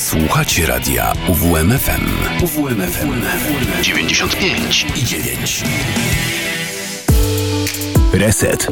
Słuchacie radia UWMFM. UWMFM 95,9. Reset.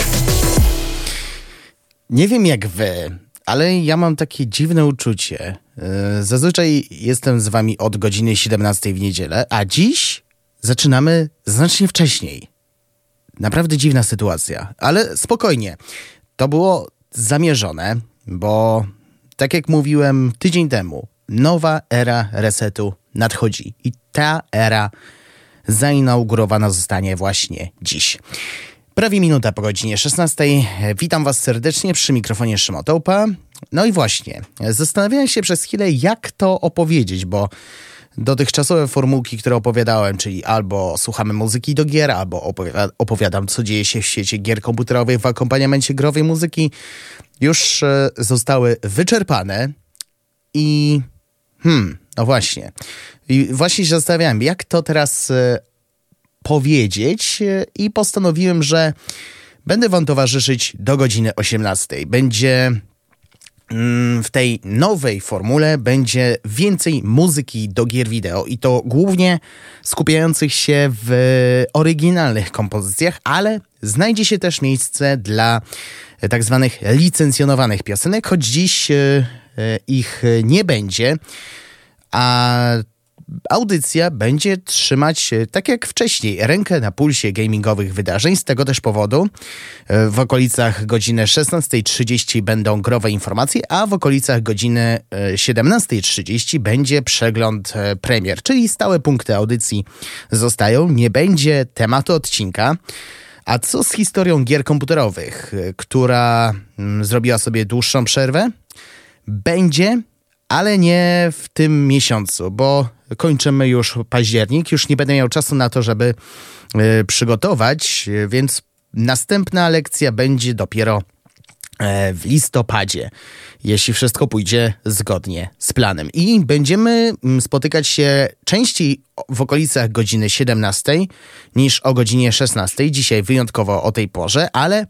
Nie wiem jak wy, ale ja mam takie dziwne uczucie. Zazwyczaj jestem z wami od godziny 17 w niedzielę, a dziś zaczynamy znacznie wcześniej. Naprawdę dziwna sytuacja, ale spokojnie. To było zamierzone, bo tak jak mówiłem tydzień temu, nowa era resetu nadchodzi i ta era zainaugurowana zostanie właśnie dziś. Prawie minuta po godzinie 16. Witam was serdecznie przy mikrofonie Szymotołpa. No i właśnie, zastanawiałem się przez chwilę, jak to opowiedzieć, bo dotychczasowe formułki, które opowiadałem, czyli albo słuchamy muzyki do gier, albo opowiadam, co dzieje się w świecie gier komputerowych w akompaniamencie growej muzyki, już zostały wyczerpane i no właśnie. I właśnie się zastanawiałem, jak to teraz powiedzieć i postanowiłem, że będę wam towarzyszyć do godziny 18. Będzie w tej nowej formule będzie więcej muzyki do gier wideo i to głównie skupiających się w oryginalnych kompozycjach, ale znajdzie się też miejsce dla tak zwanych licencjonowanych piosenek, choć dziś ich nie będzie, a audycja będzie trzymać, tak jak wcześniej, rękę na pulsie gamingowych wydarzeń. Z tego też powodu w okolicach godziny 16:30 będą growe informacje, a w okolicach godziny 17:30 będzie przegląd premier, czyli stałe punkty audycji zostają. Nie będzie tematu odcinka. A co z historią gier komputerowych, która zrobiła sobie dłuższą przerwę? Będzie, ale nie w tym miesiącu, bo kończymy już październik, już nie będę miał czasu na to, żeby przygotować, więc następna lekcja będzie dopiero w listopadzie, jeśli wszystko pójdzie zgodnie z planem. I będziemy spotykać się częściej w okolicach godziny 17 niż o godzinie 16. Dzisiaj wyjątkowo o tej porze, ale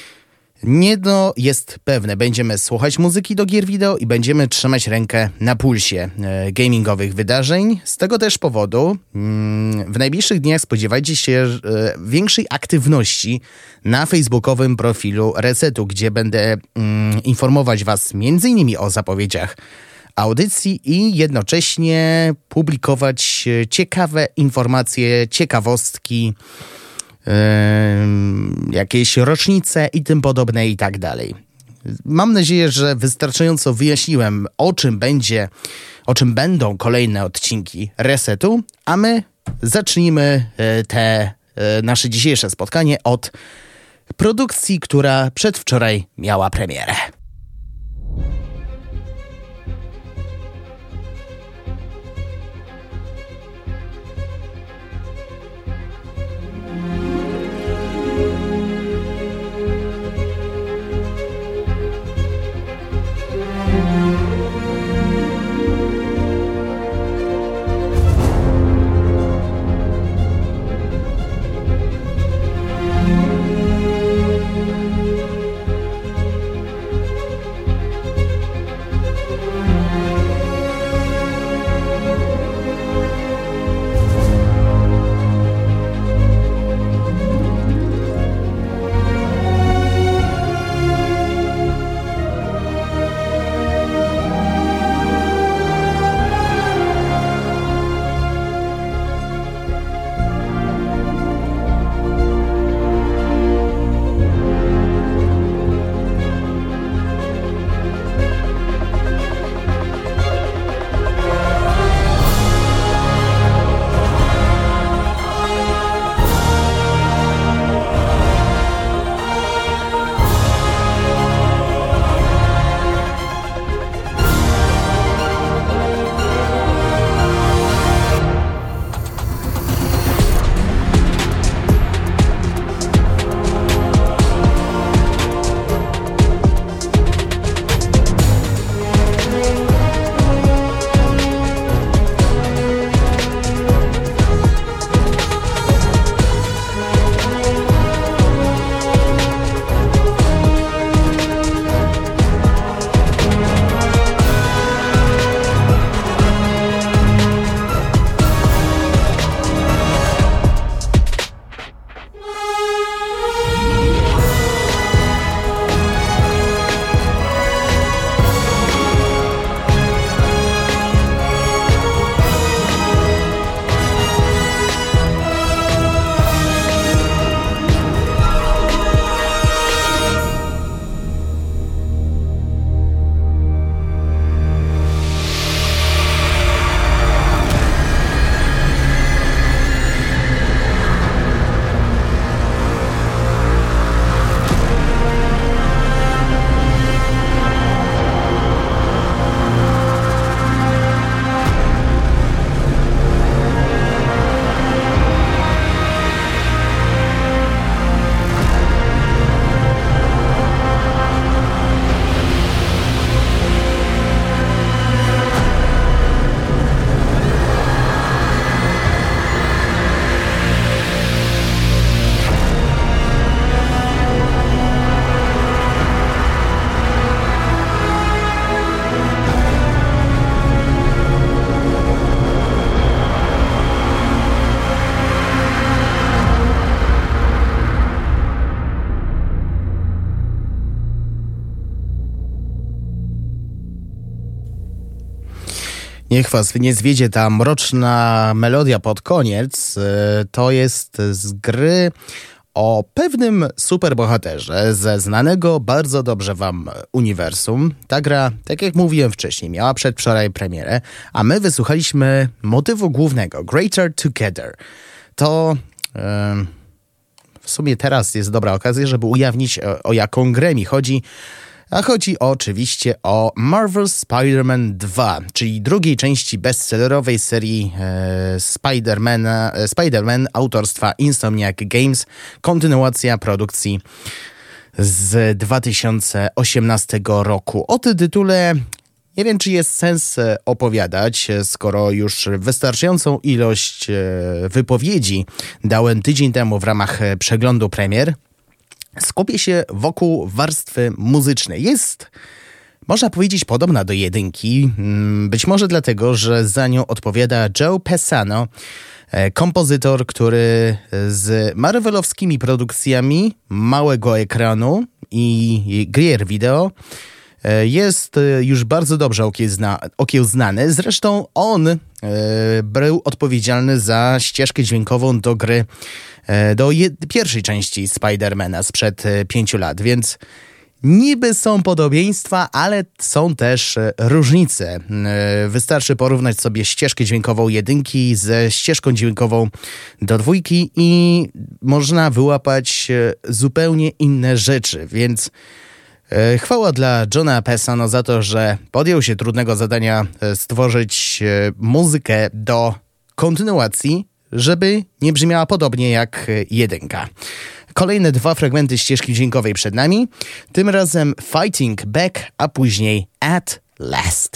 jedno jest pewne, będziemy słuchać muzyki do gier wideo i będziemy trzymać rękę na pulsie gamingowych wydarzeń. Z tego też powodu w najbliższych dniach spodziewajcie się większej aktywności na facebookowym profilu Resetu, gdzie będę informować was m.in. o zapowiedziach audycji i jednocześnie publikować ciekawe informacje, ciekawostki, jakieś rocznice i tym podobne i tak dalej. Mam nadzieję, że wystarczająco wyjaśniłem, o czym będą kolejne odcinki Resetu, a my zacznijmy nasze dzisiejsze spotkanie od produkcji, która przedwczoraj miała premierę. Niech was nie zwiedzie ta mroczna melodia pod koniec. To jest z gry o pewnym superbohaterze ze znanego bardzo dobrze wam uniwersum. Ta gra, tak jak mówiłem wcześniej, miała przedwczoraj premierę, a my wysłuchaliśmy motywu głównego, Greater Together. To w sumie teraz jest dobra okazja, żeby ujawnić, o jaką grę mi chodzi. A chodzi oczywiście o Marvel's Spider-Man 2, czyli drugiej części bestsellerowej serii Spider-Man autorstwa Insomniac Games, kontynuacja produkcji z 2018 roku. O tym tytule nie wiem, czy jest sens opowiadać, skoro już wystarczającą ilość wypowiedzi dałem tydzień temu w ramach przeglądu premier. Skupię się wokół warstwy muzycznej. Jest, można powiedzieć, podobna do jedynki. Być może dlatego, że za nią odpowiada Joe Pesano, kompozytor, który z marvelowskimi produkcjami małego ekranu i gier wideo jest już bardzo dobrze okiełznany. Zresztą on był odpowiedzialny za ścieżkę dźwiękową do gry, do pierwszej części Spidermana sprzed 5 lat, więc niby są podobieństwa, ale są też różnice. Wystarczy porównać sobie ścieżkę dźwiękową jedynki ze ścieżką dźwiękową do dwójki i można wyłapać zupełnie inne rzeczy, więc chwała dla Johna Pesano za to, że podjął się trudnego zadania stworzyć muzykę do kontynuacji, żeby nie brzmiała podobnie jak jedynka. Kolejne 2 fragmenty ścieżki dźwiękowej przed nami, tym razem Fighting Back, a później At Last.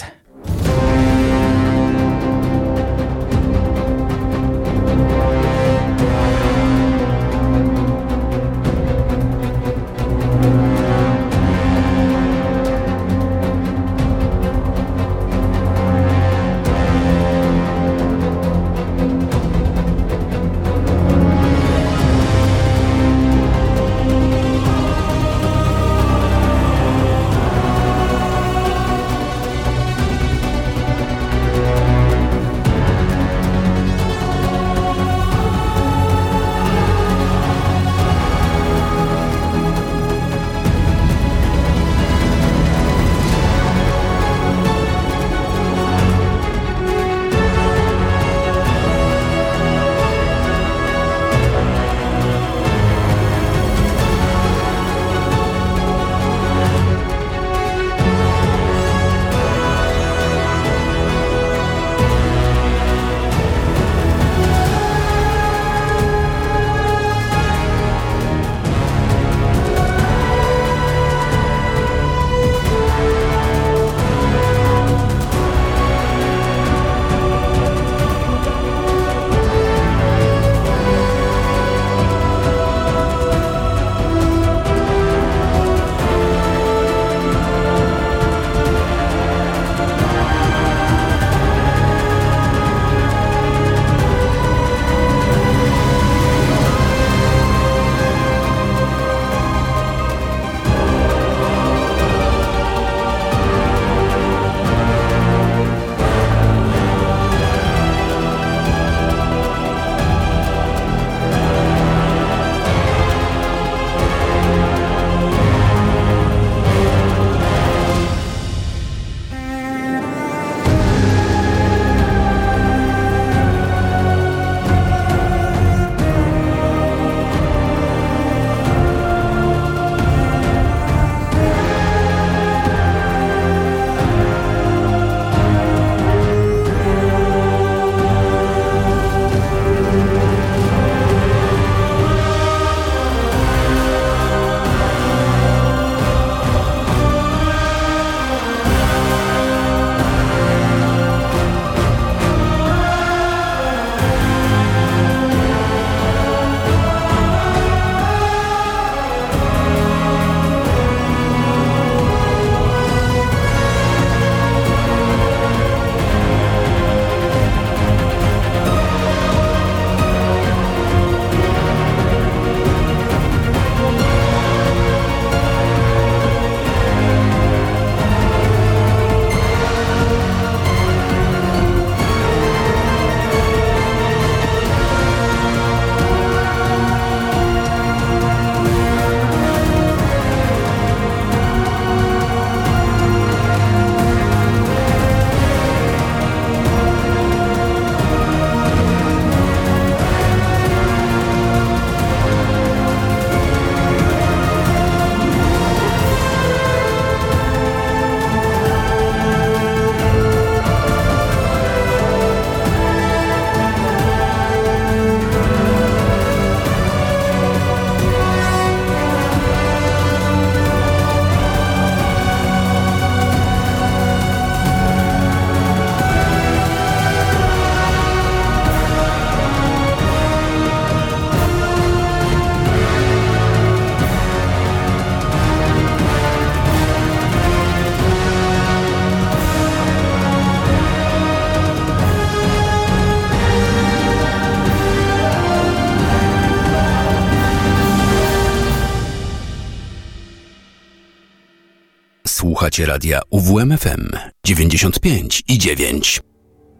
Słuchacie radia UWMFM 95,9.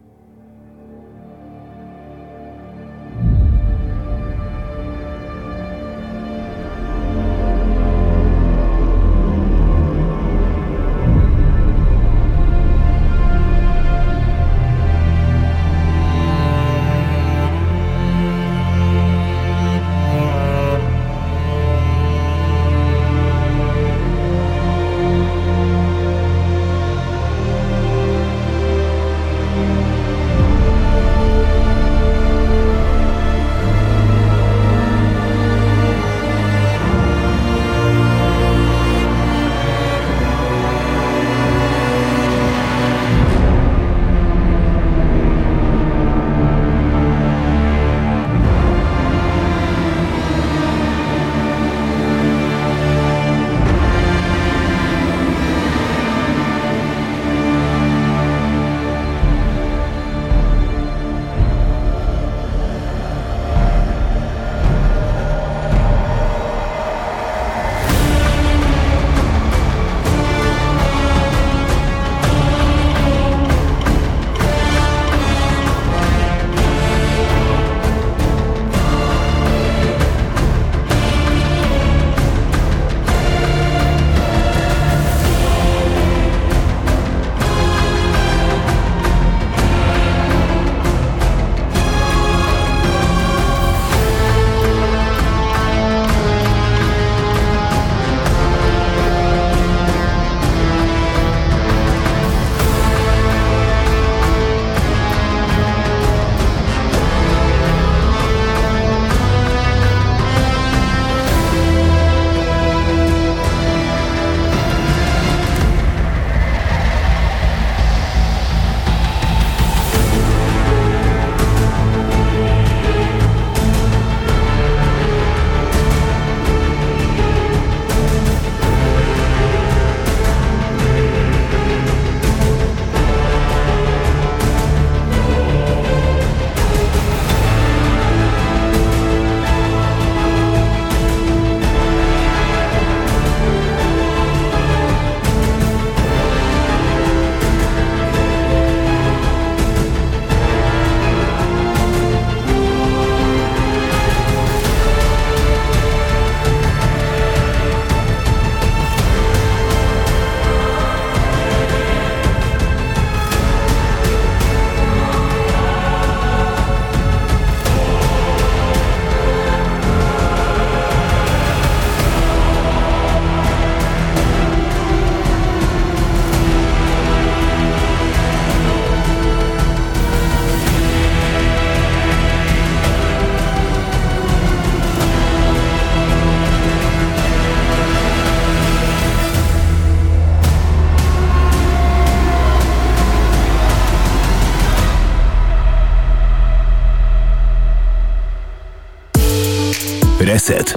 Reset.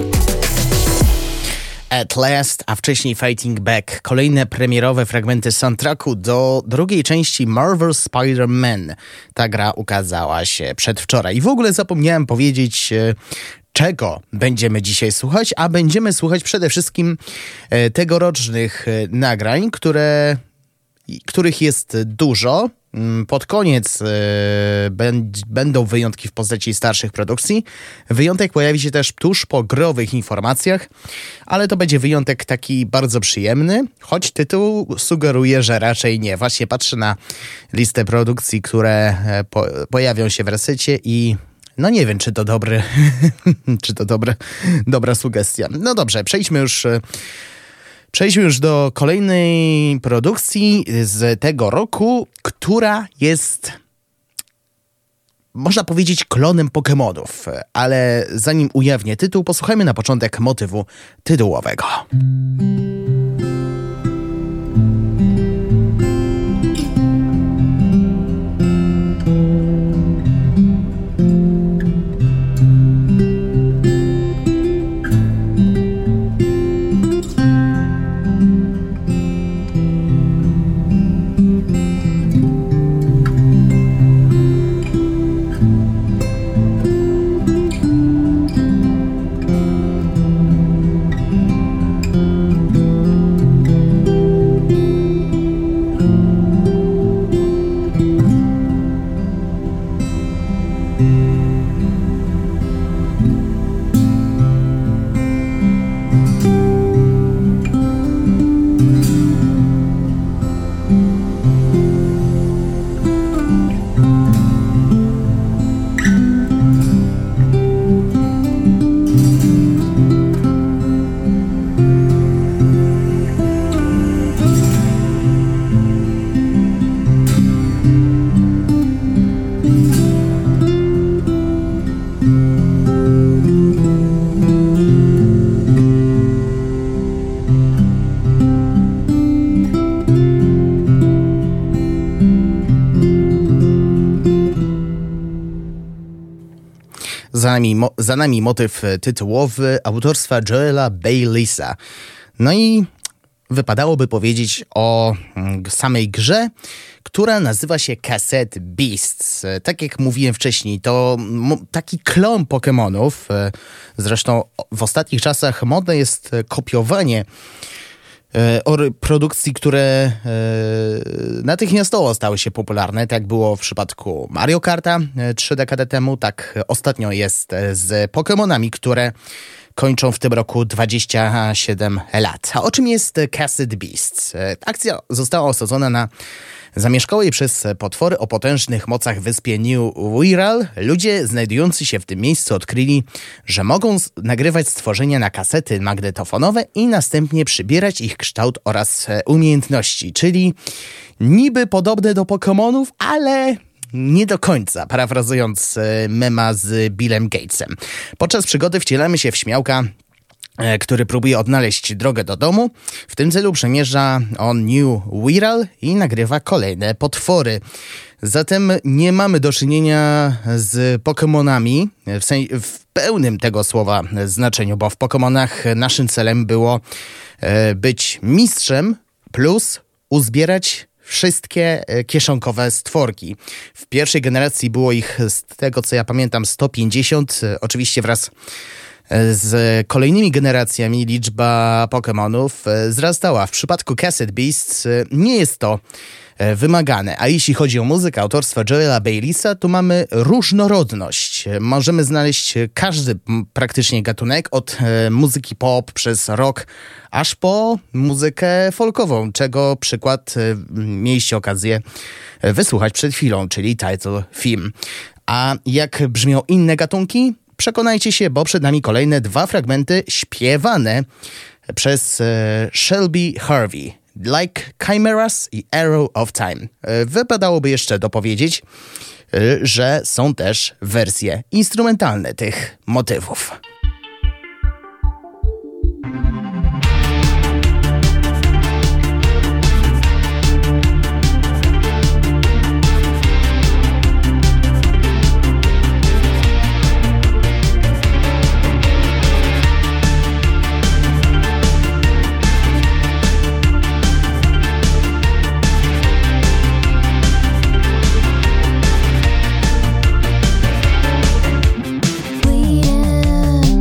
At Last, a wcześniej Fighting Back. Kolejne premierowe fragmenty soundtracku do drugiej części Marvel's Spider-Man. Ta gra ukazała się przedwczoraj. I w ogóle zapomniałem powiedzieć, czego będziemy dzisiaj słuchać, a będziemy słuchać przede wszystkim tegorocznych nagrań, których jest dużo. Pod koniec będą wyjątki w postaci starszych produkcji. Wyjątek pojawi się też tuż po growych informacjach, ale to będzie wyjątek taki bardzo przyjemny, choć tytuł sugeruje, że raczej nie. Właśnie patrzę na listę produkcji, które pojawią się w resecie i no nie wiem, czy to dobry, czy to dobra sugestia. No dobrze, przejdźmy już do kolejnej produkcji z tego roku, która jest, można powiedzieć, klonem Pokemonów. Ale zanim ujawnię tytuł, posłuchajmy na początek motywu tytułowego. za nami motyw tytułowy autorstwa Joela Baylisa. No i wypadałoby powiedzieć o samej grze, która nazywa się Cassette Beasts. Tak jak mówiłem wcześniej, to taki klon Pokémonów. Zresztą w ostatnich czasach modne jest kopiowanie produkcji, które natychmiastowo stały się popularne. Tak było w przypadku Mario Karta 3 dekady temu, tak ostatnio jest z Pokémonami, które kończą w tym roku 27 lat. A o czym jest Cassette Beasts? Akcja została osadzona na zamieszkałej przez potwory o potężnych mocach wyspie New Wirral. Ludzie znajdujący się w tym miejscu odkryli, że mogą nagrywać stworzenia na kasety magnetofonowe i następnie przybierać ich kształt oraz umiejętności, czyli niby podobne do Pokémonów, ale nie do końca, parafrazując mema z Billem Gatesem. Podczas przygody wcielamy się w śmiałka, który próbuje odnaleźć drogę do domu. W tym celu przemierza on New Wirral i nagrywa kolejne potwory. Zatem nie mamy do czynienia z Pokémonami w pełnym tego słowa znaczeniu, bo w Pokémonach naszym celem było być mistrzem plus uzbierać wszystkie kieszonkowe stworki. W pierwszej generacji było ich, z tego co ja pamiętam, 150. Oczywiście wraz z kolejnymi generacjami liczba Pokémonów wzrastała. W przypadku Cassette Beasts nie jest to wymagane. A jeśli chodzi o muzykę autorstwa Joela Baylisa, to mamy różnorodność. Możemy znaleźć każdy praktycznie gatunek, od muzyki pop przez rock, aż po muzykę folkową, czego przykład mieliście okazję wysłuchać przed chwilą, czyli Title Theme. A jak brzmią inne gatunki? Przekonajcie się, bo przed nami kolejne 2 fragmenty śpiewane przez Shelby Harvey. Like Chimeras i Arrow of Time. Wypadałoby jeszcze dopowiedzieć, że są też wersje instrumentalne tych motywów. Bleeding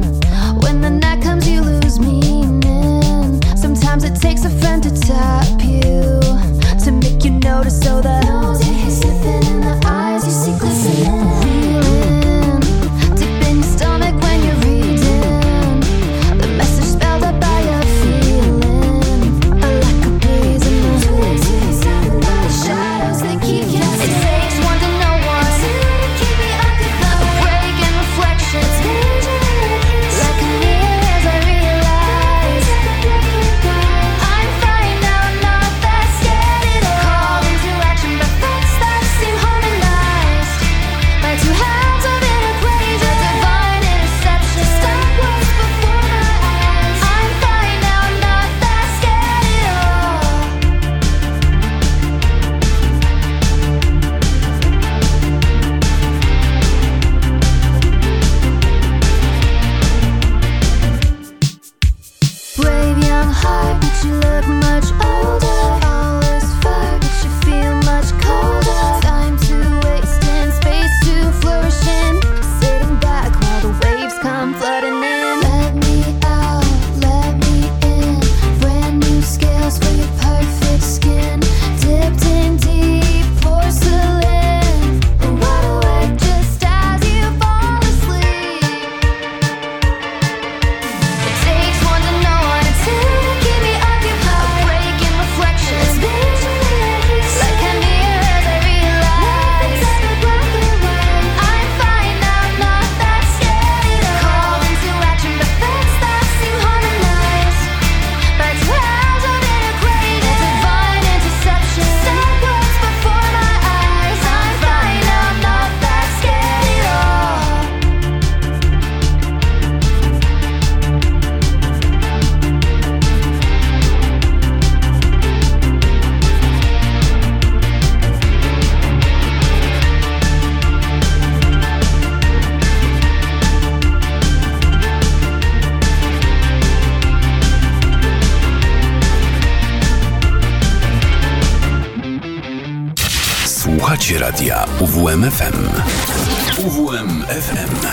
Słuchacie radia UWMFM. UWMFM.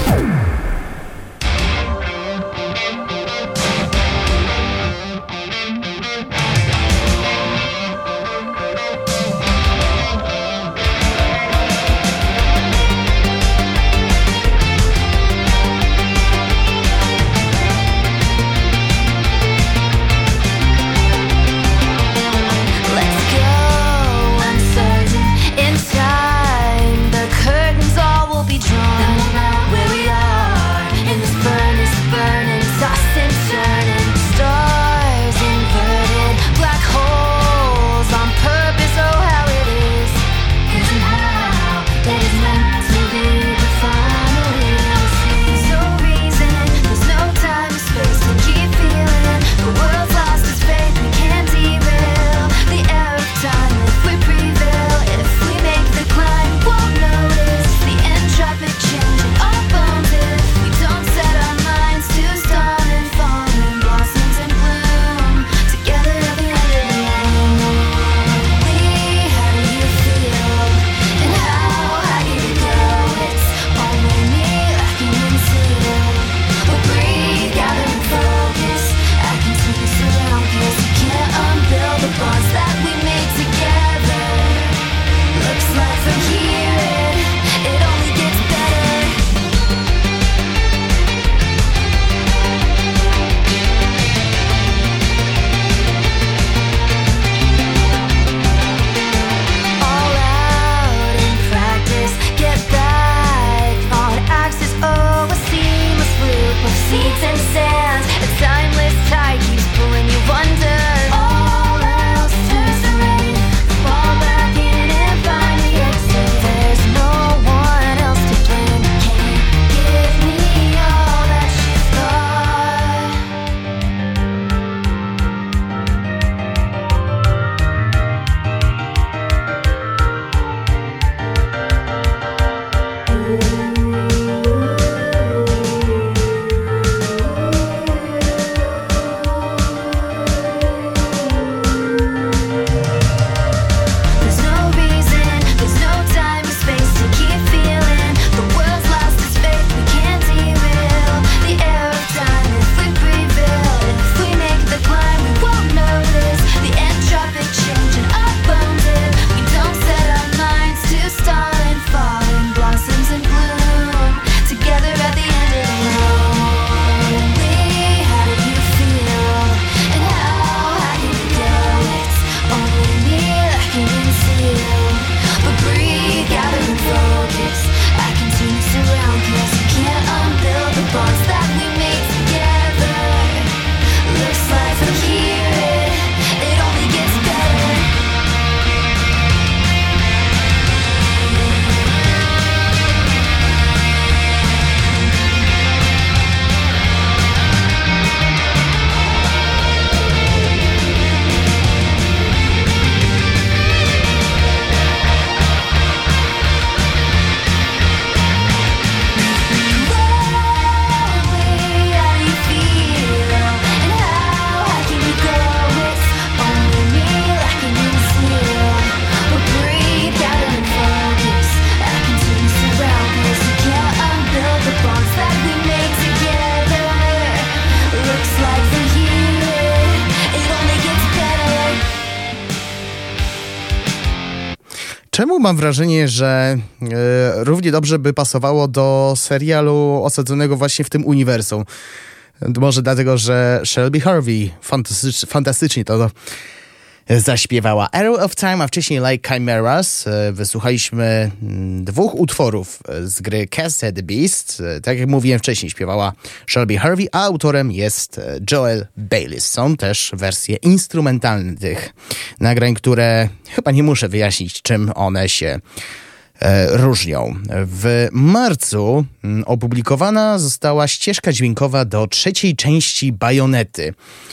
Czemu mam wrażenie, że równie dobrze by pasowało do serialu osadzonego właśnie w tym uniwersum? Może dlatego, że Shelby Harvey fantastycznie to zaśpiewała. Arrow of Time, a wcześniej Like Chimeras. Wysłuchaliśmy dwóch utworów z gry Cast the Beast. Tak jak mówiłem wcześniej, śpiewała Shelby Harvey, a autorem jest Joel Bayliss. Są też wersje instrumentalne tych nagrań, które chyba nie muszę wyjaśnić, czym one się różnią. W marcu opublikowana została ścieżka dźwiękowa do trzeciej części Bajonety.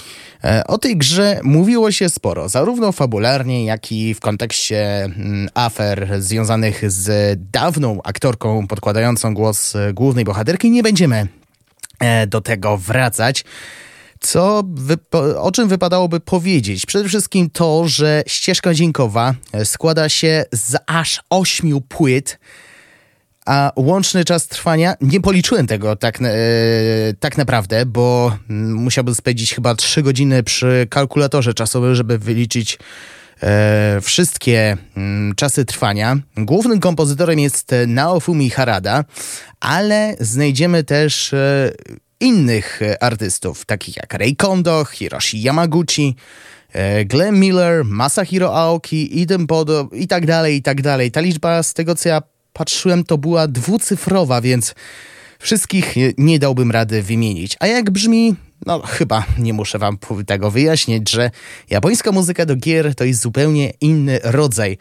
O tej grze mówiło się sporo, zarówno fabularnie, jak i w kontekście afer związanych z dawną aktorką podkładającą głos głównej bohaterki. Nie będziemy do tego wracać. O czym wypadałoby powiedzieć? Przede wszystkim to, że ścieżka dźwiękowa składa się z aż 8 płyt, a łączny czas trwania, nie policzyłem tego tak naprawdę, bo musiałbym spędzić chyba 3 godziny przy kalkulatorze czasowym, żeby wyliczyć wszystkie czasy trwania. Głównym kompozytorem jest Naofumi Harada, ale znajdziemy też innych artystów, takich jak Ray Kondo, Hiroshi Yamaguchi, Glenn Miller, Masahiro Aoki i tak dalej. Ta liczba, z tego co ja patrzyłem, to była 2-cyfrowa, więc wszystkich nie dałbym rady wymienić. A jak brzmi? No chyba nie muszę wam tego wyjaśnić, że japońska muzyka do gier to jest zupełnie inny rodzaj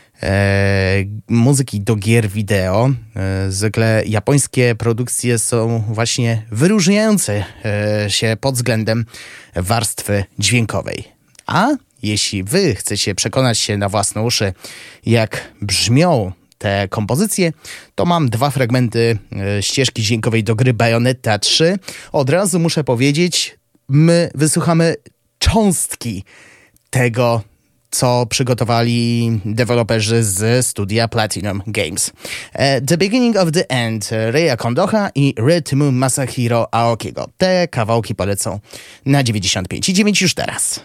muzyki do gier wideo. Zwykle japońskie produkcje są właśnie wyróżniające się pod względem warstwy dźwiękowej. A jeśli wy chcecie przekonać się na własne uszy, jak brzmią te kompozycje, to mam 2 fragmenty ścieżki dźwiękowej do gry Bayonetta 3. Od razu muszę powiedzieć, my wysłuchamy cząstki tego, co przygotowali deweloperzy z studia Platinum Games. The Beginning of the End Reya Kondoha i Rytmu Masahiro Aokiego. Te kawałki polecą na 95,9 już teraz.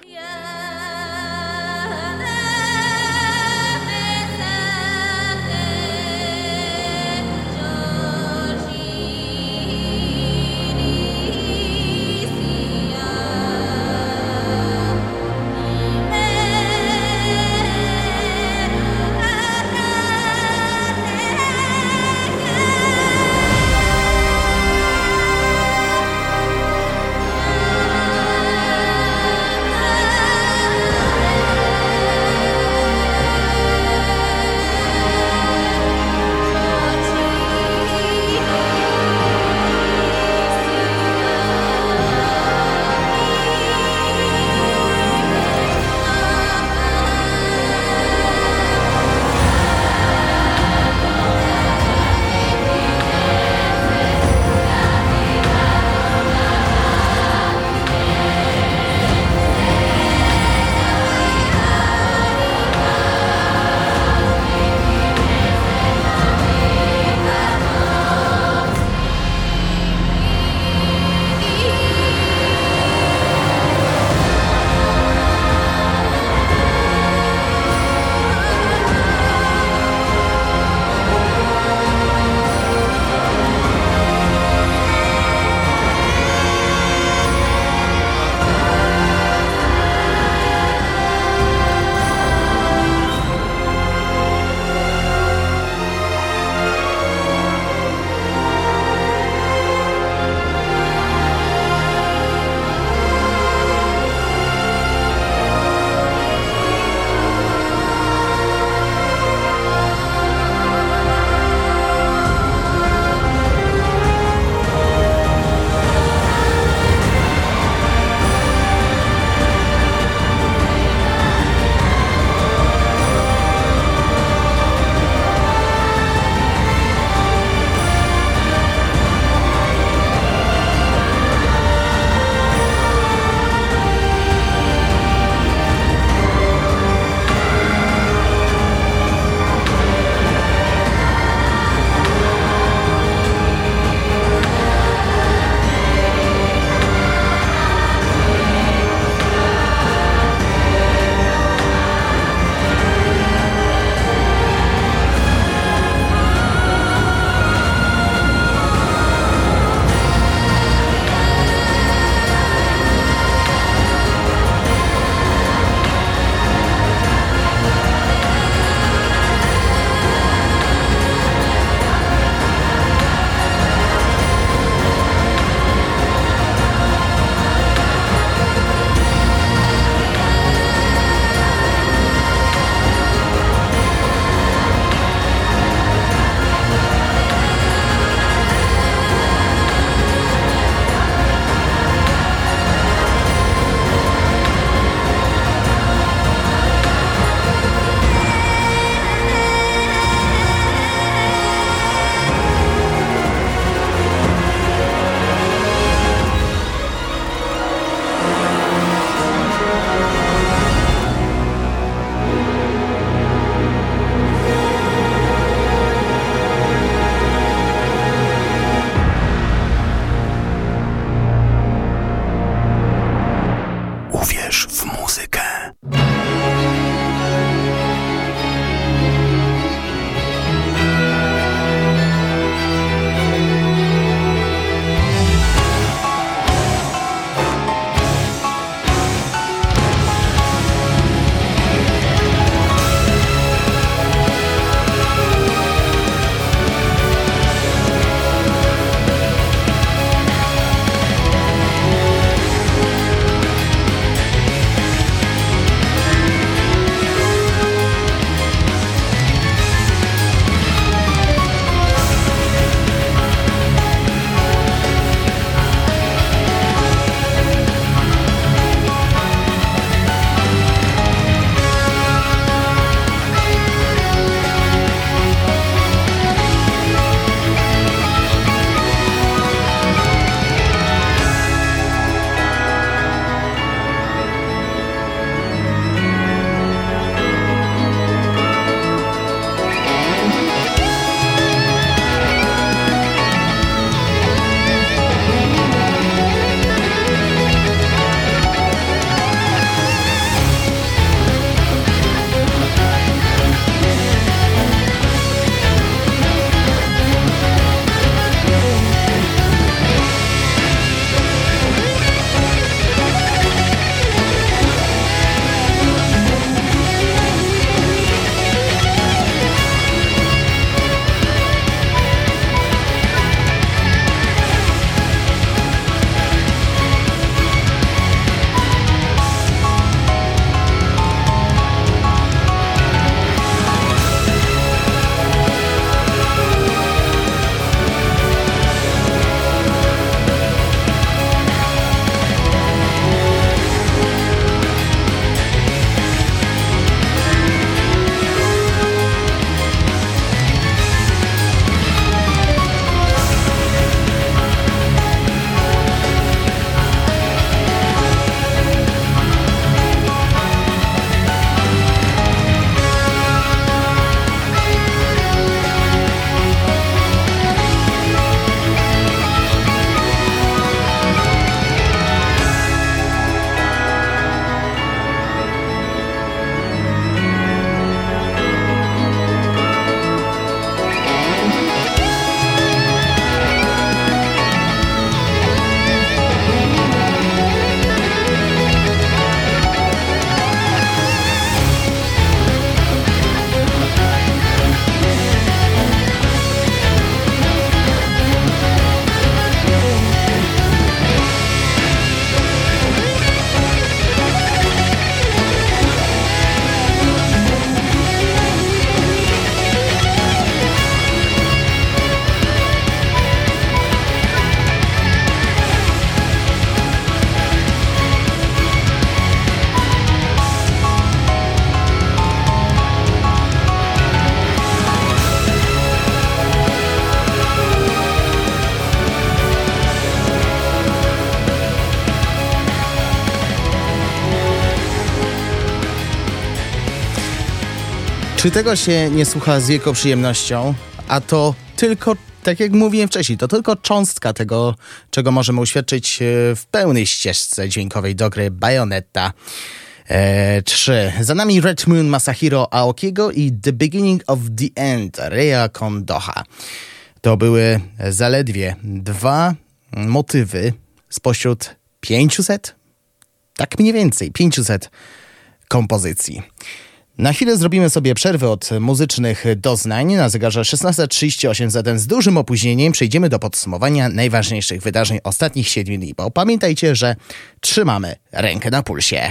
Czy tego się nie słucha z wielką przyjemnością? A to tylko, tak jak mówiłem wcześniej, to tylko cząstka tego, czego możemy uświadczyć w pełnej ścieżce dźwiękowej do gry Bayonetta 3. Za nami Red Moon Masahiro Aokiego i The Beginning of the End Reya Kondoha. To były zaledwie 2 motywy spośród 500? Tak mniej więcej, 500 kompozycji. Na chwilę zrobimy sobie przerwę od muzycznych doznań. Na zegarze 16:38, zatem z dużym opóźnieniem przejdziemy do podsumowania najważniejszych wydarzeń ostatnich 7 dni. Bo pamiętajcie, że trzymamy rękę na pulsie.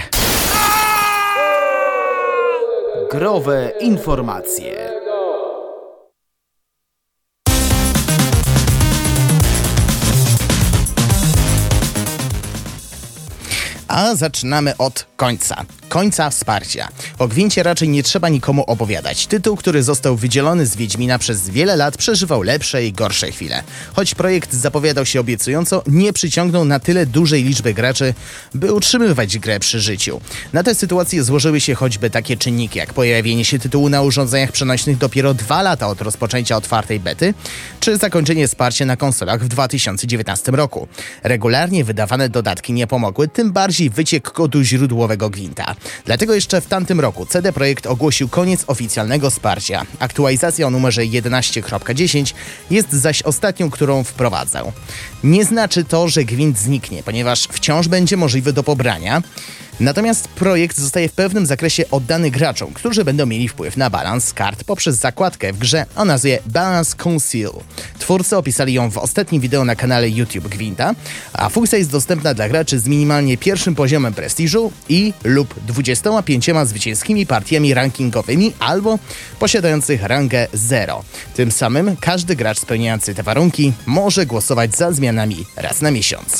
Growe informacje. A zaczynamy od końca wsparcia. O gwincie raczej nie trzeba nikomu opowiadać. Tytuł, który został wydzielony z Wiedźmina przez wiele lat, przeżywał lepsze i gorsze chwile. Choć projekt zapowiadał się obiecująco, nie przyciągnął na tyle dużej liczby graczy, by utrzymywać grę przy życiu. Na tę sytuację złożyły się choćby takie czynniki, jak pojawienie się tytułu na urządzeniach przenośnych dopiero 2 lata od rozpoczęcia otwartej bety, czy zakończenie wsparcia na konsolach w 2019 roku. Regularnie wydawane dodatki nie pomogły, tym bardziej wyciek kodu źródłowego gwinta. Dlatego jeszcze w tamtym roku CD Projekt ogłosił koniec oficjalnego wsparcia. Aktualizacja o numerze 11.10 jest zaś ostatnią, którą wprowadzał. Nie znaczy to, że gwint zniknie, ponieważ wciąż będzie możliwy do pobrania. Natomiast projekt zostaje w pewnym zakresie oddany graczom, którzy będą mieli wpływ na balans kart poprzez zakładkę w grze o nazwie Balance Conceal. Twórcy opisali ją w ostatnim wideo na kanale YouTube Gwinta, a funkcja jest dostępna dla graczy z minimalnie 1. poziomem prestiżu i lub 25 zwycięskimi partiami rankingowymi albo posiadających rangę 0. Tym samym każdy gracz spełniający te warunki może głosować za zmianami raz na miesiąc.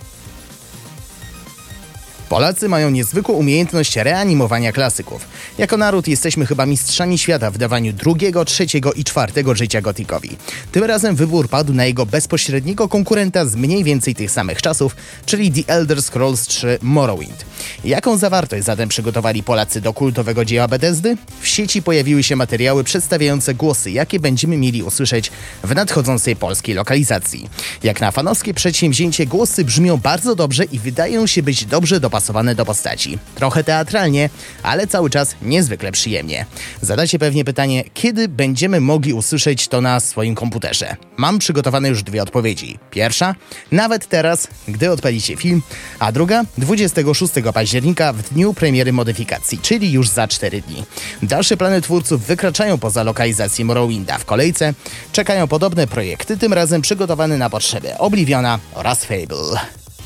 Polacy mają niezwykłą umiejętność reanimowania klasyków. Jako naród jesteśmy chyba mistrzami świata w dawaniu 2., 3. i 4. życia Gothicowi. Tym razem wybór padł na jego bezpośredniego konkurenta z mniej więcej tych samych czasów, czyli The Elder Scrolls 3 Morrowind. Jaką zawartość zatem przygotowali Polacy do kultowego dzieła Bethesdy? W sieci pojawiły się materiały przedstawiające głosy, jakie będziemy mieli usłyszeć w nadchodzącej polskiej lokalizacji. Jak na fanowskie przedsięwzięcie głosy brzmią bardzo dobrze i wydają się być dobrze dopasowane do postaci. Trochę teatralnie, ale cały czas niezwykle przyjemnie. Zadacie pewnie pytanie, kiedy będziemy mogli usłyszeć to na swoim komputerze? Mam przygotowane już 2 odpowiedzi. Pierwsza, nawet teraz, gdy odpalicie film, a druga, 26 października w dniu premiery modyfikacji, czyli już za 4 dni. Dalsze plany twórców wykraczają poza lokalizację Morrowinda. W kolejce czekają podobne projekty, tym razem przygotowane na potrzeby Obliviona oraz Fable.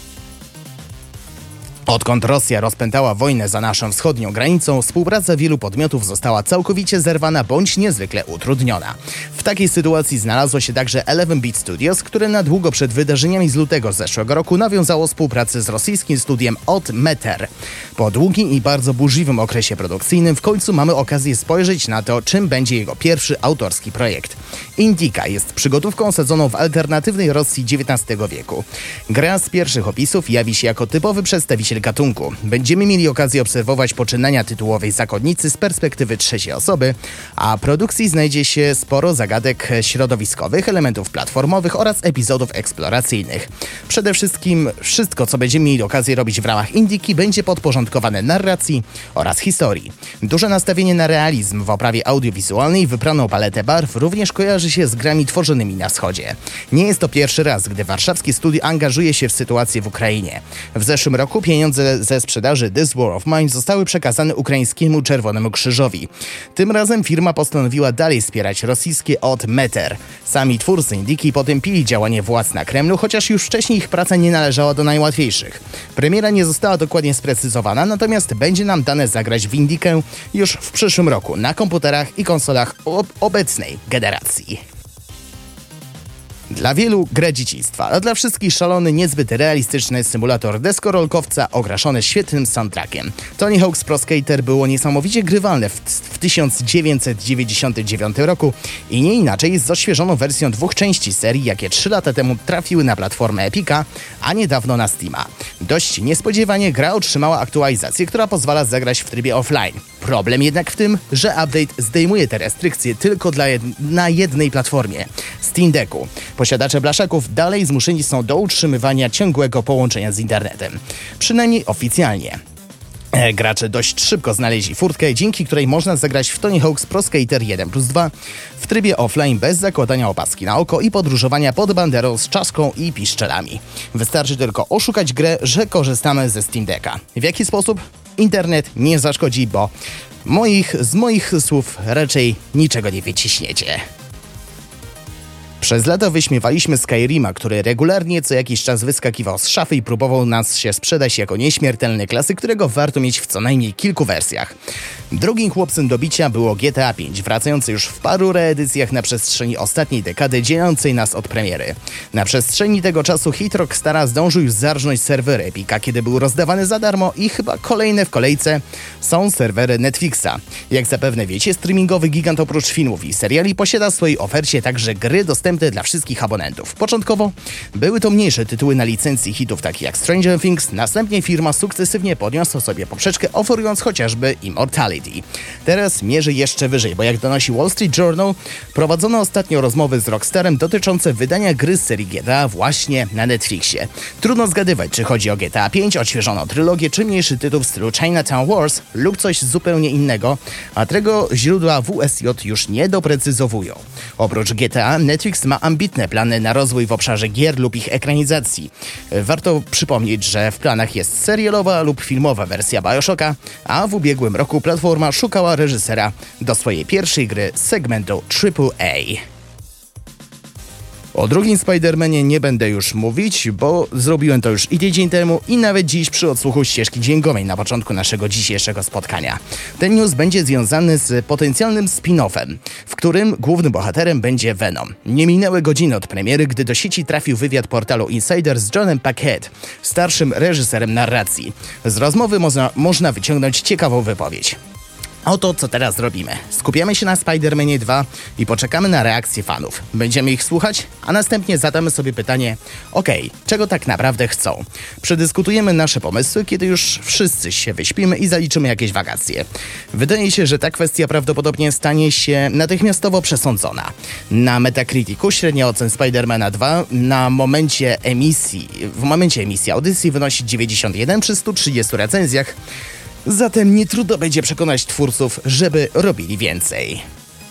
Odkąd Rosja rozpętała wojnę za naszą wschodnią granicą, współpraca wielu podmiotów została całkowicie zerwana bądź niezwykle utrudniona. W takiej sytuacji znalazło się także 11-Bit Studios, które na długo przed wydarzeniami z lutego zeszłego roku nawiązało współpracę z rosyjskim studiem Od Meter. Po długim i bardzo burzliwym okresie produkcyjnym w końcu mamy okazję spojrzeć na to, czym będzie jego pierwszy autorski projekt. Indika jest przygotówką osadzoną w alternatywnej Rosji XIX wieku. Gra z pierwszych opisów jawi się jako typowy przedstawiciel gatunku. Będziemy mieli okazję obserwować poczynania tytułowej zakonnicy z perspektywy trzeciej osoby, a produkcji znajdzie się sporo zagadek środowiskowych, elementów platformowych oraz epizodów eksploracyjnych. Przede wszystkim wszystko, co będziemy mieli okazję robić w ramach Indiki, będzie podporządkowane narracji oraz historii. Duże nastawienie na realizm w oprawie audiowizualnej i wybraną paletę barw również kojarzy się z grami tworzonymi na wschodzie. Nie jest to pierwszy raz, gdy warszawskie studio angażuje się w sytuację w Ukrainie. W zeszłym roku pieniądze ze sprzedaży This War of Mine zostały przekazane ukraińskiemu Czerwonemu Krzyżowi. Tym razem firma postanowiła dalej wspierać rosyjskie Od Meter. Sami twórcy Indiki potępili działanie władz na Kremlu, chociaż już wcześniej ich praca nie należała do najłatwiejszych. Premiera nie została dokładnie sprecyzowana, natomiast będzie nam dane zagrać w Indikę już w przyszłym roku na komputerach i konsolach obecnej generacji. Dla wielu gra dzieciństwa, a dla wszystkich szalony, niezbyt realistyczny symulator deskorolkowca okraszony świetnym soundtrackiem. Tony Hawk's Pro Skater było niesamowicie grywalne w 1999 roku i nie inaczej z odświeżoną wersją 2 części serii, jakie 3 lata temu trafiły na platformę Epica, a niedawno na Steama. Dość niespodziewanie gra otrzymała aktualizację, która pozwala zagrać w trybie offline. Problem jednak w tym, że update zdejmuje te restrykcje tylko na jednej platformie – Steam Decku. Posiadacze blaszaków dalej zmuszeni są do utrzymywania ciągłego połączenia z internetem. Przynajmniej oficjalnie. Gracze dość szybko znaleźli furtkę, dzięki której można zagrać w Tony Hawk's Pro Skater 1+2 w trybie offline bez zakładania opaski na oko i podróżowania pod banderą z czaszką i piszczelami. Wystarczy tylko oszukać grę, że korzystamy ze Steam Decka. W jaki sposób? Internet nie zaszkodzi, bo z moich słów raczej niczego nie wyciśniecie. Przez lata wyśmiewaliśmy Skyrima, który regularnie co jakiś czas wyskakiwał z szafy i próbował nas się sprzedać jako nieśmiertelny klasyk, którego warto mieć w co najmniej kilku wersjach. Drugim chłopcem do bicia było GTA V, wracające już w paru reedycjach na przestrzeni ostatniej dekady, dzielącej nas od premiery. Na przestrzeni tego czasu hit Rockstara zdążył już zarżnąć serwery Epica, kiedy był rozdawany za darmo i chyba kolejne w kolejce są serwery Netflixa. Jak zapewne wiecie, streamingowy gigant oprócz filmów i seriali posiada w swojej ofercie także gry dostępne dla wszystkich abonentów. Początkowo były to mniejsze tytuły na licencji hitów takich jak Stranger Things, następnie firma sukcesywnie podniosła sobie poprzeczkę, oferując chociażby Immortality. Teraz mierzy jeszcze wyżej, bo jak donosi Wall Street Journal, prowadzono ostatnio rozmowy z Rockstarem dotyczące wydania gry z serii GTA właśnie na Netflixie. Trudno zgadywać, czy chodzi o GTA V, odświeżoną trylogię, czy mniejszy tytuł w stylu Chinatown Wars lub coś zupełnie innego, a tego źródła WSJ już nie doprecyzowują. Oprócz GTA, Netflix ma ambitne plany na rozwój w obszarze gier lub ich ekranizacji. Warto przypomnieć, że w planach jest serialowa lub filmowa wersja BioShocka, a w ubiegłym roku platforma szukała reżysera do swojej pierwszej gry z segmentu AAA. O drugim Spider-Manie nie będę już mówić, bo zrobiłem to już i tydzień temu i nawet dziś przy odsłuchu ścieżki dźwiękowej na początku naszego dzisiejszego spotkania. Ten news będzie związany z potencjalnym spin-offem, w którym głównym bohaterem będzie Venom. Nie minęły godziny od premiery, gdy do sieci trafił wywiad portalu Insider z Johnem Packhead, starszym reżyserem narracji. Z rozmowy można wyciągnąć ciekawą wypowiedź. Oto co teraz zrobimy. Skupiamy się na Spider-Manie 2 i poczekamy na reakcje fanów. Będziemy ich słuchać, a następnie zadamy sobie pytanie: czego tak naprawdę chcą? Przedyskutujemy nasze pomysły, kiedy już wszyscy się wyśpimy i zaliczymy jakieś wakacje. Wydaje się, że ta kwestia prawdopodobnie stanie się natychmiastowo przesądzona. Na Metacriticu średnia ocen Spider-Mana 2 w momencie emisji audycji wynosi 91 przy 130 recenzjach. Zatem nie trudno będzie przekonać twórców, żeby robili więcej.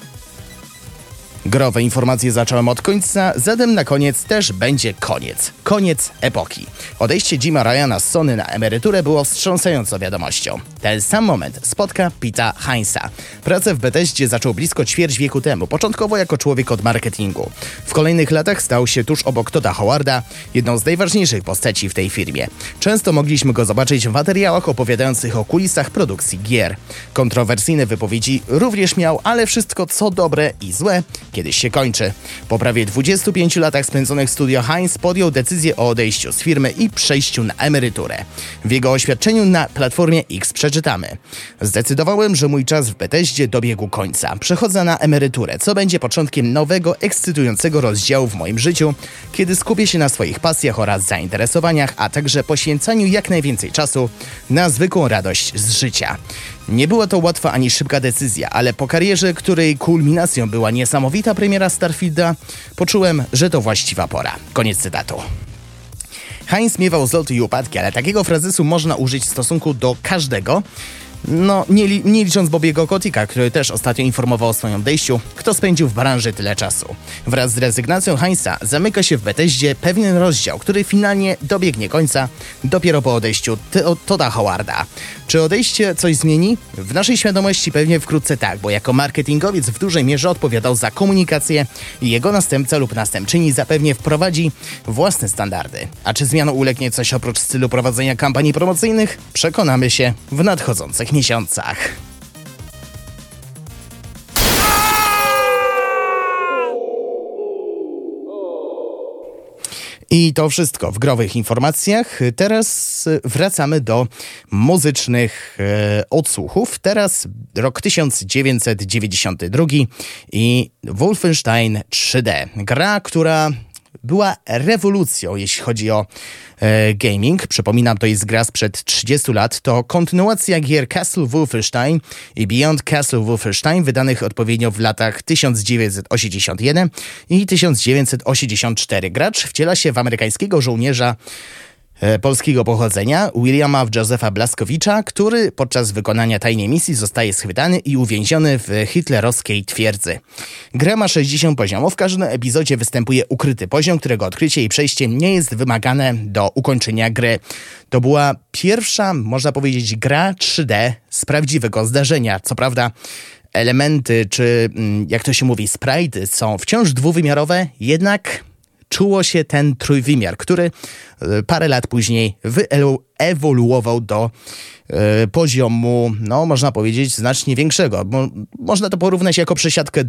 Growe informacje zacząłem od końca, zatem na koniec też będzie koniec. Koniec epoki. Odejście Jima Ryana z Sony na emeryturę było wstrząsającą wiadomością. Ten sam moment spotka Peta Heinza. Pracę w Bethesdzie zaczął blisko ćwierć wieku temu, początkowo jako człowiek od marketingu. W kolejnych latach stał się tuż obok Todda Howarda jedną z najważniejszych postaci w tej firmie. Często mogliśmy go zobaczyć w materiałach opowiadających o kulisach produkcji gier. Kontrowersyjne wypowiedzi również miał, ale wszystko co dobre i złe kiedyś się kończy. Po prawie 25 latach spędzonych w studio Heinz podjął decyzję o odejściu z firmy i przejściu na emeryturę. W jego oświadczeniu na Platformie X przeczytamy: zdecydowałem, że mój czas w Bethesdzie dobiegł końca. Przechodzę na emeryturę, co będzie początkiem nowego, ekscytującego rozdziału w moim życiu, kiedy skupię się na swoich pasjach oraz zainteresowaniach, a także poświęcaniu jak najwięcej czasu na zwykłą radość z życia. Nie była to łatwa ani szybka decyzja, ale po karierze, której kulminacją była niesamowita premiera Starfielda, poczułem, że to właściwa pora. Koniec cytatu. Heinz miewał zloty i upadki, ale takiego frazesu można użyć w stosunku do każdego. Nie licząc Bobiego Kotika, który też ostatnio informował o swoim odejściu, kto spędził w branży tyle czasu. Wraz z rezygnacją Heinza zamyka się w Bethesdzie pewien rozdział, który finalnie dobiegnie końca dopiero po odejściu Todda Howarda. Czy odejście coś zmieni? W naszej świadomości pewnie wkrótce tak, bo jako marketingowiec w dużej mierze odpowiadał za komunikację i jego następca lub następczyni zapewnie wprowadzi własne standardy. A czy zmianą ulegnie coś oprócz stylu prowadzenia kampanii promocyjnych? Przekonamy się w nadchodzących miesiącach. I to wszystko w growych informacjach. Teraz wracamy do muzycznych odsłuchów. Teraz rok 1992 i Wolfenstein 3D. Gra, która była rewolucją, jeśli chodzi o gaming. Przypominam, to jest gra sprzed 30 lat. To kontynuacja gier Castle Wolfenstein i Beyond Castle Wolfenstein, wydanych odpowiednio w latach 1981 i 1984. Gracz wciela się w amerykańskiego żołnierza polskiego pochodzenia, Williama Josepha Blaskowicza, który podczas wykonania tajnej misji zostaje schwytany i uwięziony w hitlerowskiej twierdzy. Gra ma 60 poziomów, w każdym epizodzie występuje ukryty poziom, którego odkrycie i przejście nie jest wymagane do ukończenia gry. To była pierwsza, można powiedzieć, gra 3D z prawdziwego zdarzenia. Co prawda elementy, czy jak to się mówi, sprite'y są wciąż dwuwymiarowe, jednak czuło się ten trójwymiar, który parę lat później wyewoluował do poziomu, no można powiedzieć, znacznie większego. Można to porównać jako przesiadkę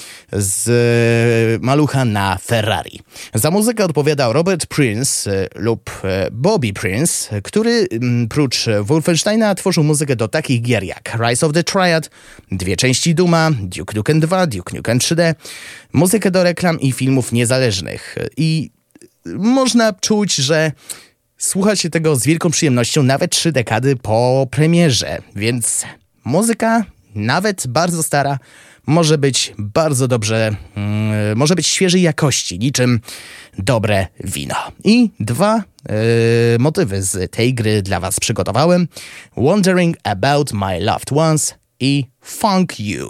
z malucha na Ferrari. Za muzykę odpowiadał Robert Prince lub Bobby Prince, który prócz Wolfensteina tworzył muzykę do takich gier jak Rise of the Triad, 2 części Duma, Duke Nukem 2, Duke Nukem 3D, muzykę do reklam i filmów niezależnych. I można czuć, że słucha się tego z wielką przyjemnością nawet 3 dekady po premierze, więc muzyka, nawet bardzo stara, może być bardzo dobrze, może być świeżej jakości, niczym dobre wino. I 2 motywy z tej gry dla was przygotowałem. Wondering About My Loved Ones i Funk You.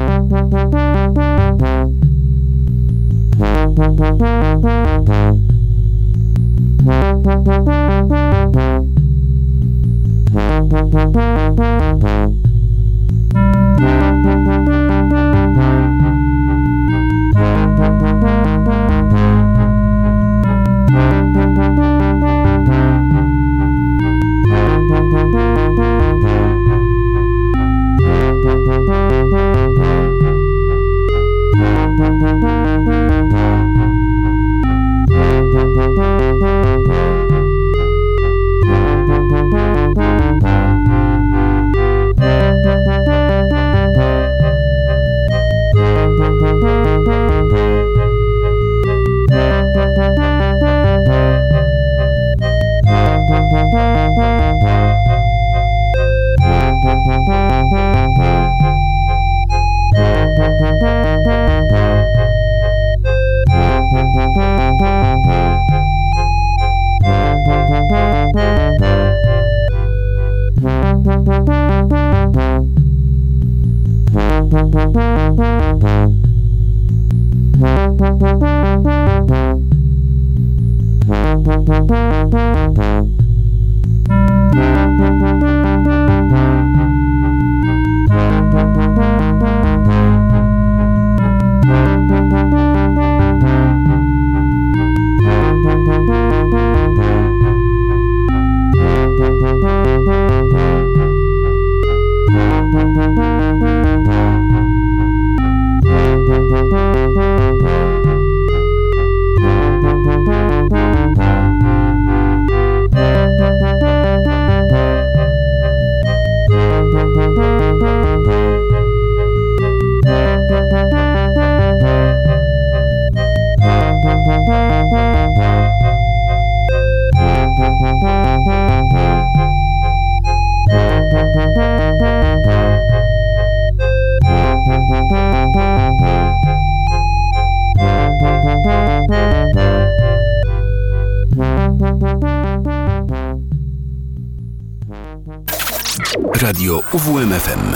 Radio UWMFM.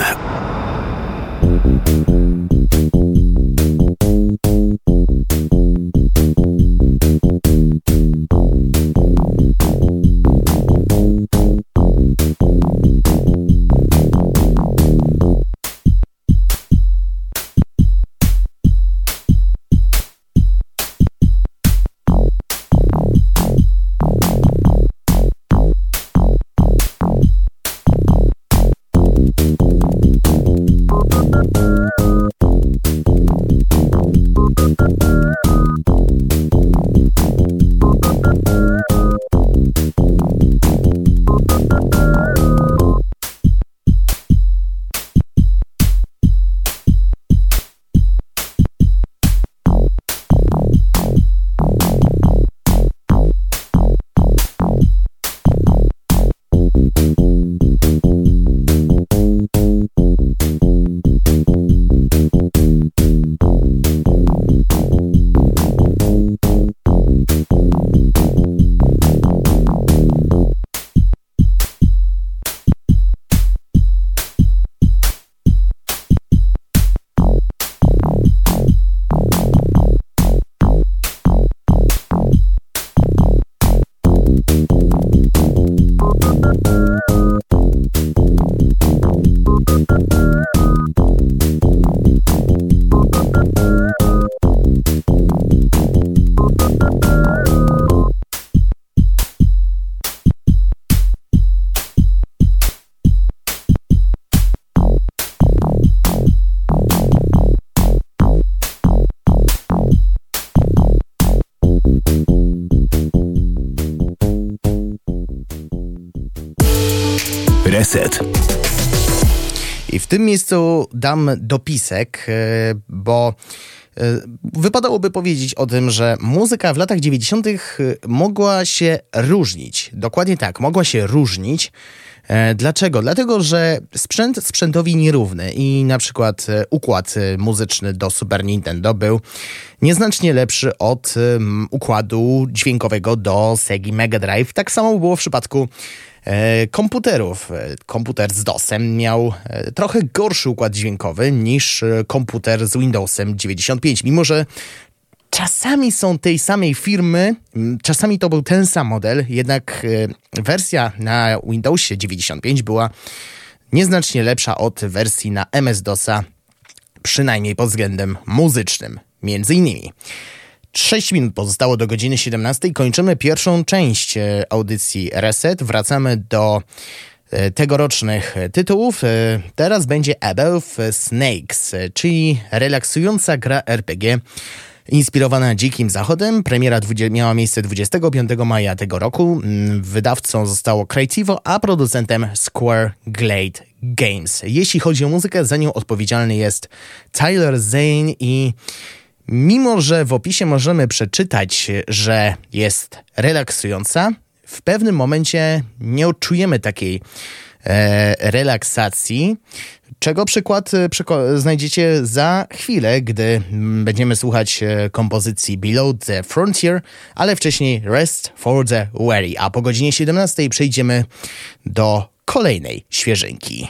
Reset. I w tym miejscu dam dopisek, bo wypadałoby powiedzieć o tym, że muzyka w latach 90. mogła się różnić. Dokładnie tak, mogła się różnić. Dlaczego? Dlatego, że sprzęt sprzętowi nierówny i na przykład układ muzyczny do Super Nintendo był nieznacznie lepszy od układu dźwiękowego do Segi Mega Drive. Tak samo było w przypadku komputerów. Komputer z DOS-em miał trochę gorszy układ dźwiękowy niż komputer z Windowsem 95, mimo że czasami są tej samej firmy, czasami to był ten sam model, jednak wersja na Windowsie 95 była nieznacznie lepsza od wersji na MS-DOSa, przynajmniej pod względem muzycznym, między innymi. 6 minut pozostało do godziny 17. Kończymy pierwszą część audycji Reset. Wracamy do tegorocznych tytułów. Teraz będzie Above Snakes, czyli relaksująca gra RPG inspirowana Dzikim Zachodem. Premiera miała miejsce 25 maja tego roku. Wydawcą zostało Creativo, a producentem Square Glade Games. Jeśli chodzi o muzykę, za nią odpowiedzialny jest Tyler Zane i mimo że w opisie możemy przeczytać, że jest relaksująca, w pewnym momencie nie odczujemy takiej relaksacji, czego przykład znajdziecie za chwilę, gdy będziemy słuchać kompozycji Below the Frontier, ale wcześniej Rest for the Weary, a po godzinie 17 przejdziemy do kolejnej świeżynki.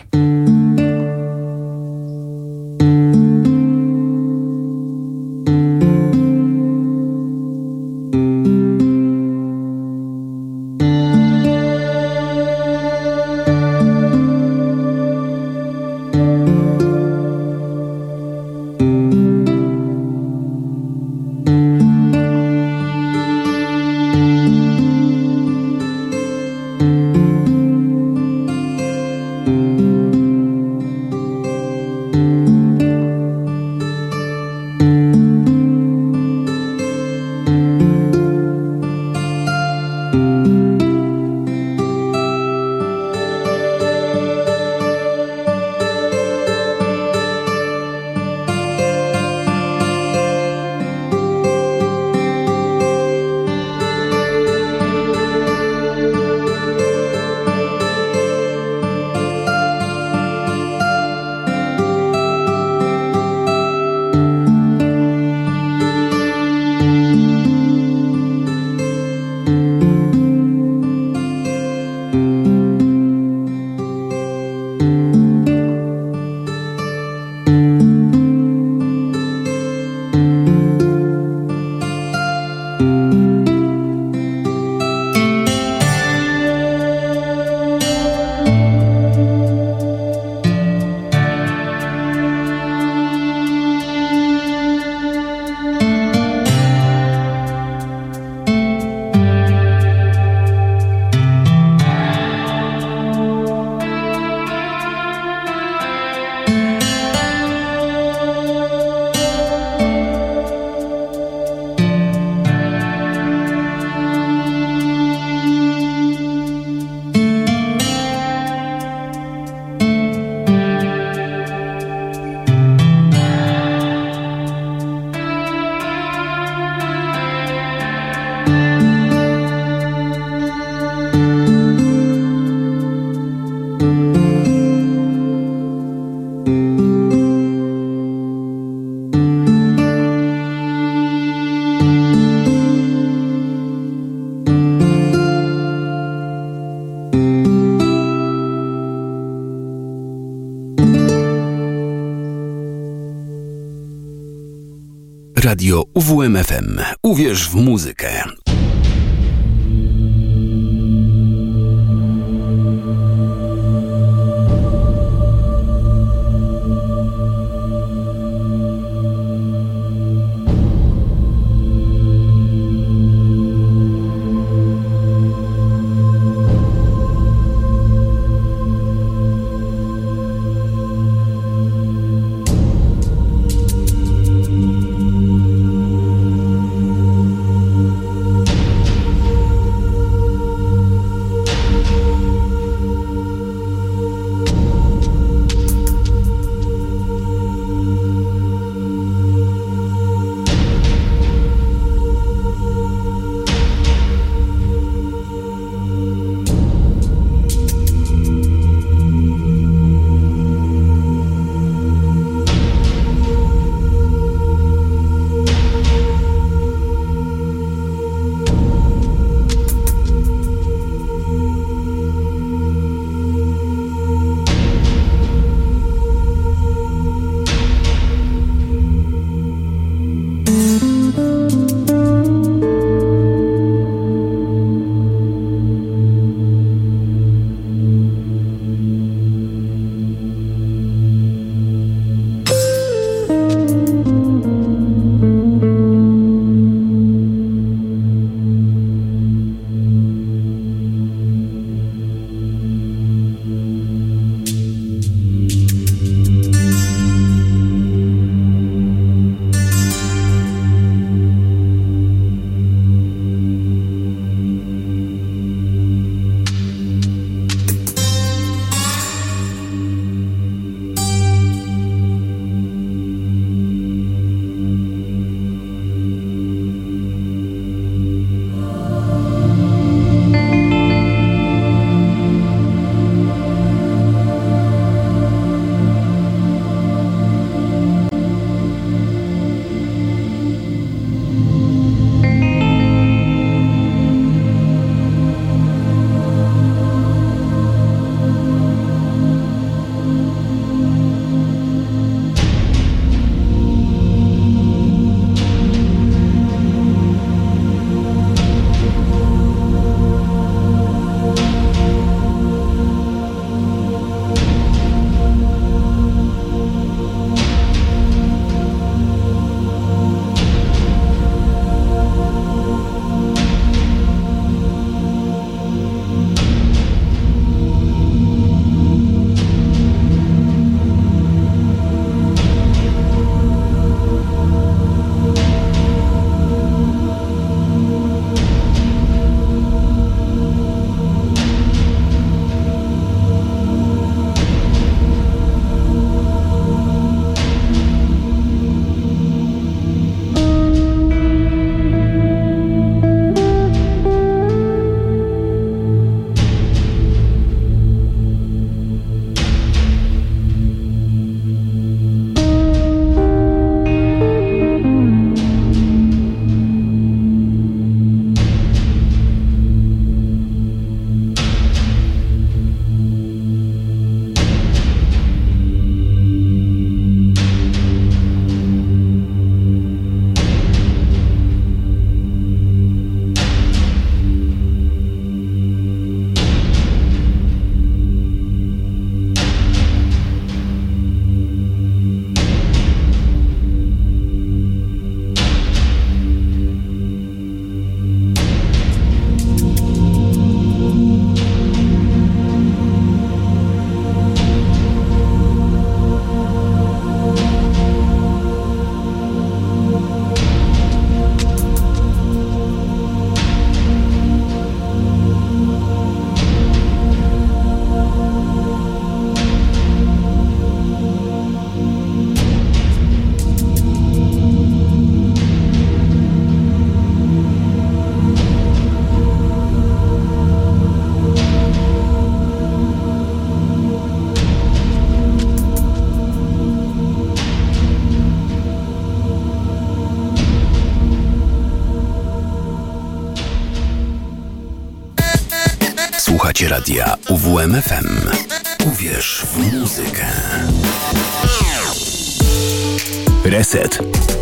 Radio UWMFM. Uwierz w muzykę. Słuchacie radia UWMFM. Uwierz w muzykę. Reset.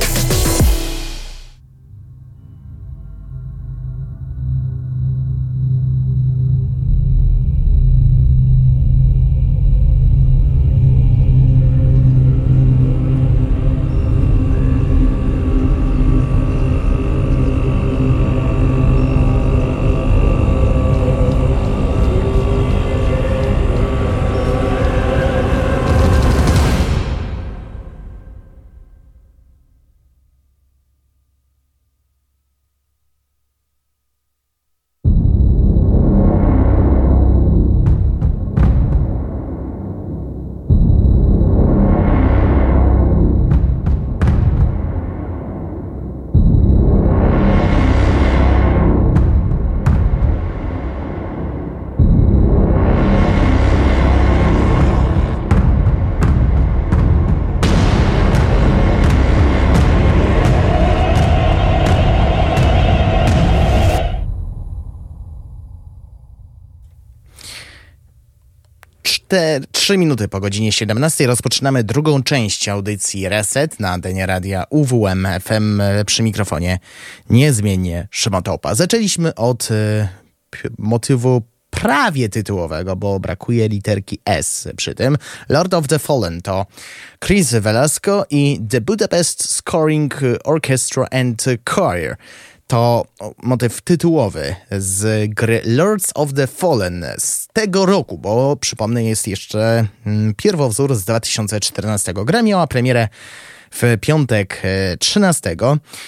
Te 3 minuty po godzinie 17 rozpoczynamy drugą część audycji Reset na antenie radia UWM FM, przy mikrofonie niezmiennie Szymon Topa. Zaczęliśmy od motywu prawie tytułowego, bo brakuje literki S przy tym. Lord of the Fallen to Chris Velasco i The Budapest Scoring Orchestra and Choir. To motyw tytułowy z gry Lords of the Fallen z tego roku, bo przypomnę, jest jeszcze pierwowzór z 2014. Gra miała premierę w piątek 13.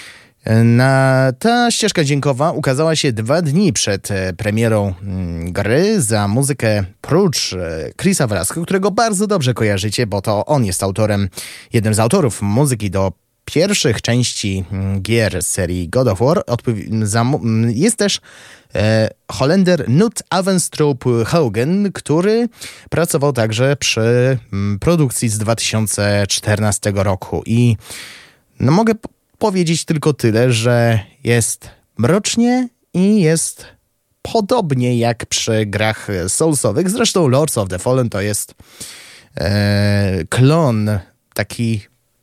Ta ścieżka dźwiękowa ukazała się 2 dni przed premierą gry. Za muzykę prócz Chrisa Velasco, którego bardzo dobrze kojarzycie, bo to on jest jednym z autorów muzyki do pierwszych części gier z serii God of War, jest też Holender Knut Avenstrup-Haugen, który pracował także przy produkcji z 2014 roku. I mogę powiedzieć tylko tyle, że jest mrocznie i jest podobnie jak przy grach soulsowych. Zresztą Lords of the Fallen to jest klon taki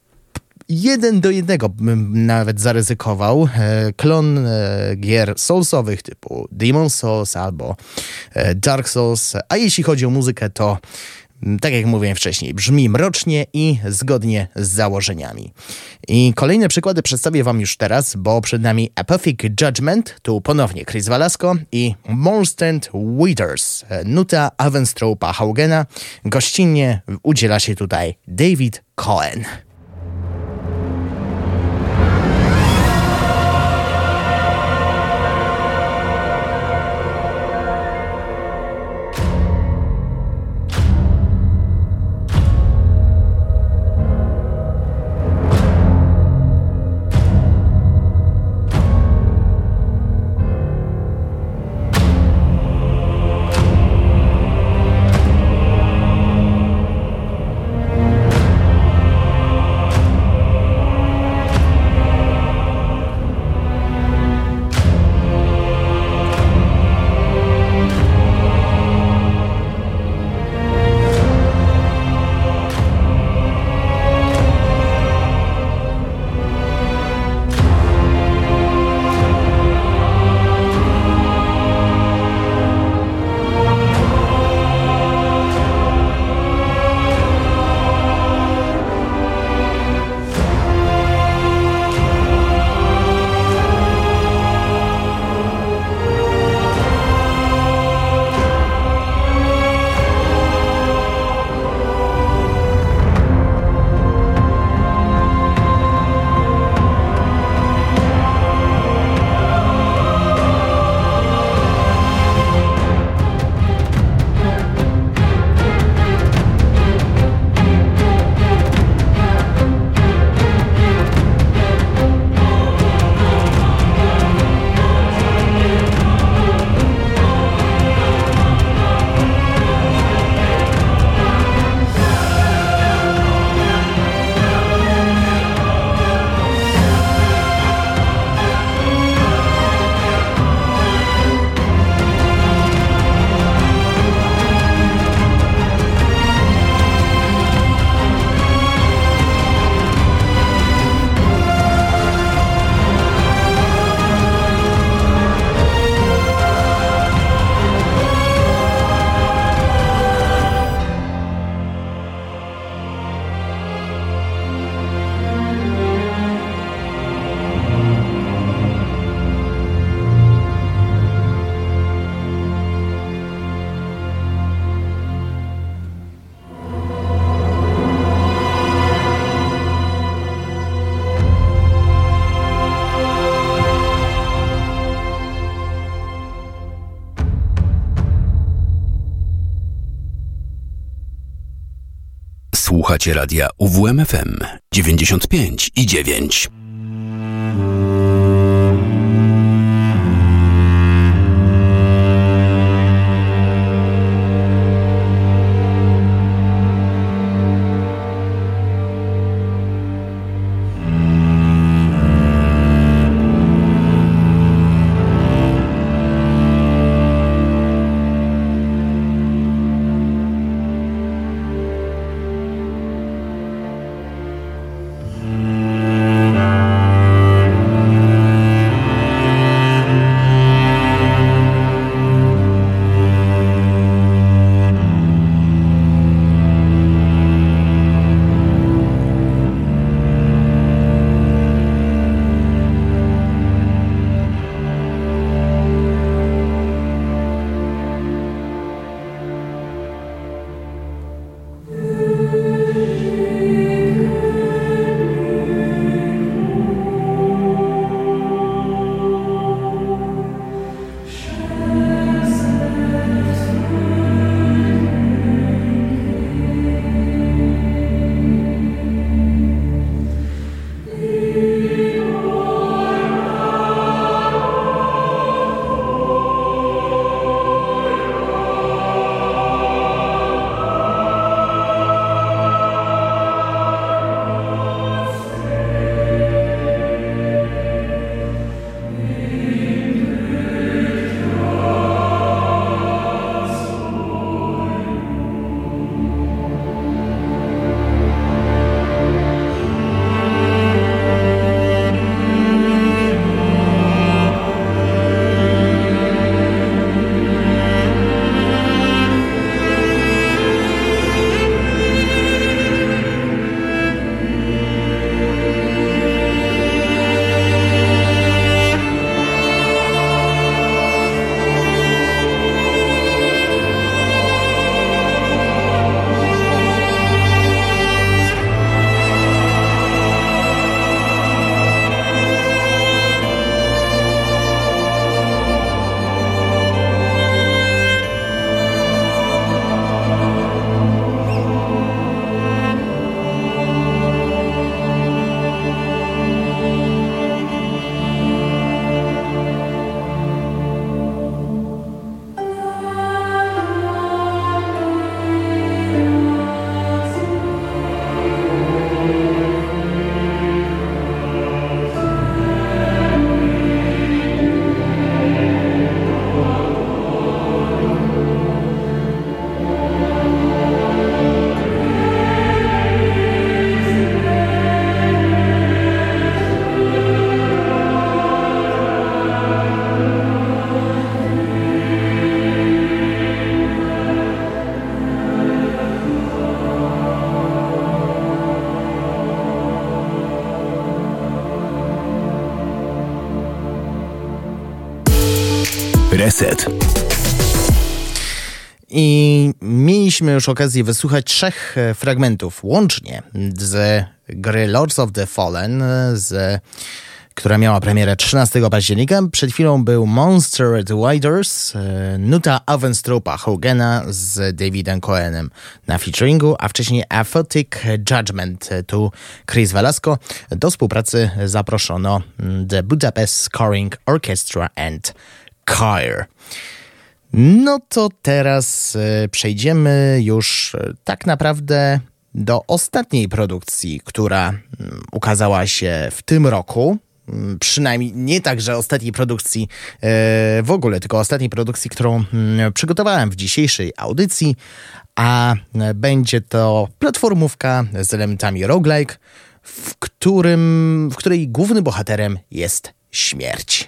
1:1 bym nawet zaryzykował. Klon gier soulsowych typu Demon's Souls albo Dark Souls. A jeśli chodzi o muzykę, to tak jak mówiłem wcześniej, brzmi mrocznie i zgodnie z założeniami. I kolejne przykłady przedstawię wam już teraz, bo przed nami Apothic Judgment, tu ponownie Chris Velasco i Monster Withers Knuta Avenstrupa-Haugena. Gościnnie udziela się tutaj David Cohen. Słuchacie radia UWMFM 95,9. Reset. I mieliśmy już okazję wysłuchać 3 fragmentów łącznie z gry Lords of the Fallen, która miała premierę 13 października. Przed chwilą był Monster Riders, nuta Avenstrupa Hogena z Davidem Cohenem na featuringu, a wcześniej Aphotic Judgment, tu Chris Velasco. Do współpracy zaproszono The Budapest Scoring Orchestra and Choir. No to teraz przejdziemy już tak naprawdę do ostatniej produkcji, która ukazała się w tym roku. Przynajmniej nie tak, że ostatniej produkcji w ogóle, tylko ostatniej produkcji, którą przygotowałem w dzisiejszej audycji, a będzie to platformówka z elementami roguelike, w której głównym bohaterem jest śmierć.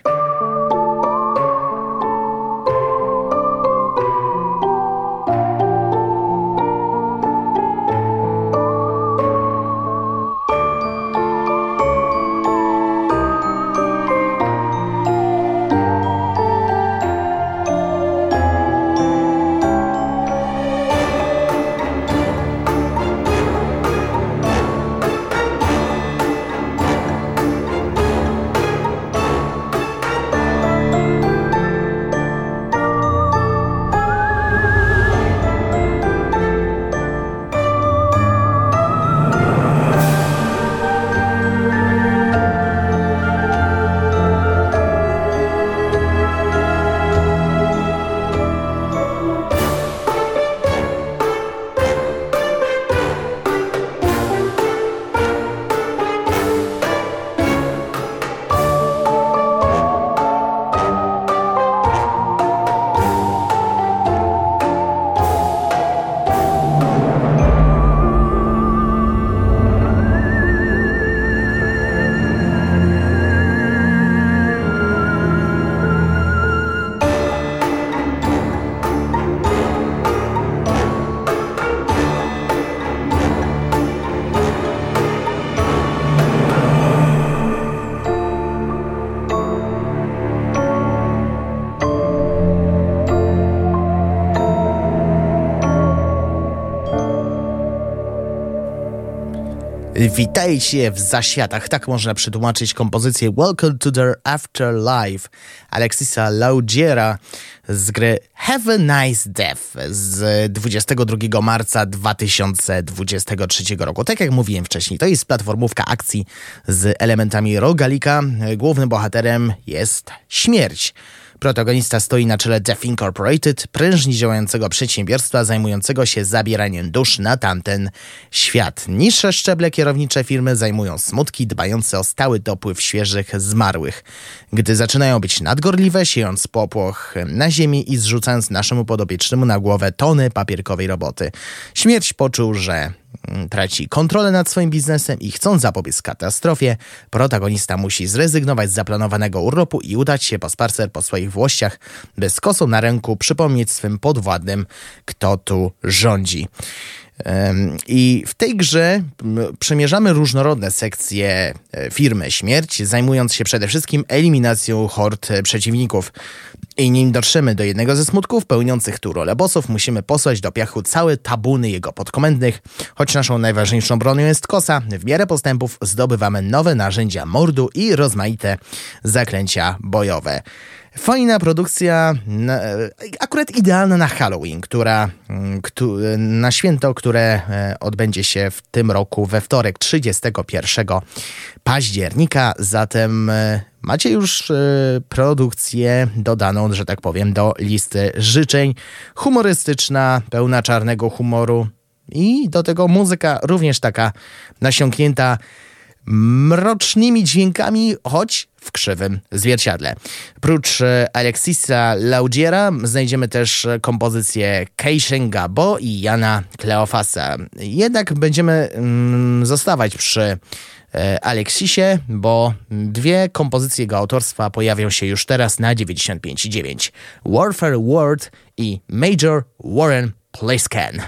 Witajcie w zaświatach. Tak można przetłumaczyć kompozycję Welcome to the Afterlife Alexisa Laugiera z gry Have a Nice Death z 22 marca 2023 roku. Tak jak mówiłem wcześniej, to jest platformówka akcji z elementami rogalika. Głównym bohaterem jest śmierć. Protagonista stoi na czele Death Incorporated, prężnie działającego przedsiębiorstwa zajmującego się zabieraniem dusz na tamten świat. Niższe szczeble kierownicze firmy zajmują smutki dbające o stały dopływ świeżych zmarłych. Gdy zaczynają być nadgorliwe, siejąc popłoch na ziemi i zrzucając naszemu podopiecznemu na głowę tony papierkowej roboty. Śmierć poczuł, że traci kontrolę nad swoim biznesem i chcąc zapobiec katastrofie, protagonista musi zrezygnować z zaplanowanego urlopu i udać się po spacer po swoich włościach, by z kosą na ręku przypomnieć swym podwładnym, kto tu rządzi. I w tej grze przemierzamy różnorodne sekcje firmy Śmierć, zajmując się przede wszystkim eliminacją hord przeciwników. I nim dotrzemy do jednego ze smutków pełniących tu rolę bossów, musimy posłać do piachu całe tabuny jego podkomendnych. Choć naszą najważniejszą bronią jest kosa, w miarę postępów zdobywamy nowe narzędzia mordu i rozmaite zaklęcia bojowe. Fajna produkcja, akurat idealna na Halloween, na święto, które odbędzie się w tym roku we wtorek 31 października. Zatem macie już produkcję dodaną, że tak powiem, do listy życzeń. Humorystyczna, pełna czarnego humoru i do tego muzyka również taka nasiąknięta mrocznymi dźwiękami, choć w krzywym zwierciadle. Prócz Alexisa Laugiera znajdziemy też kompozycje Keishen Gabo i Jana Kleofasa. Jednak będziemy zostawać przy Alexisie, bo dwie kompozycje jego autorstwa pojawią się już teraz na 95.9. Warfare World i Major Warren Plisken.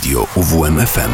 Radio UWMFM.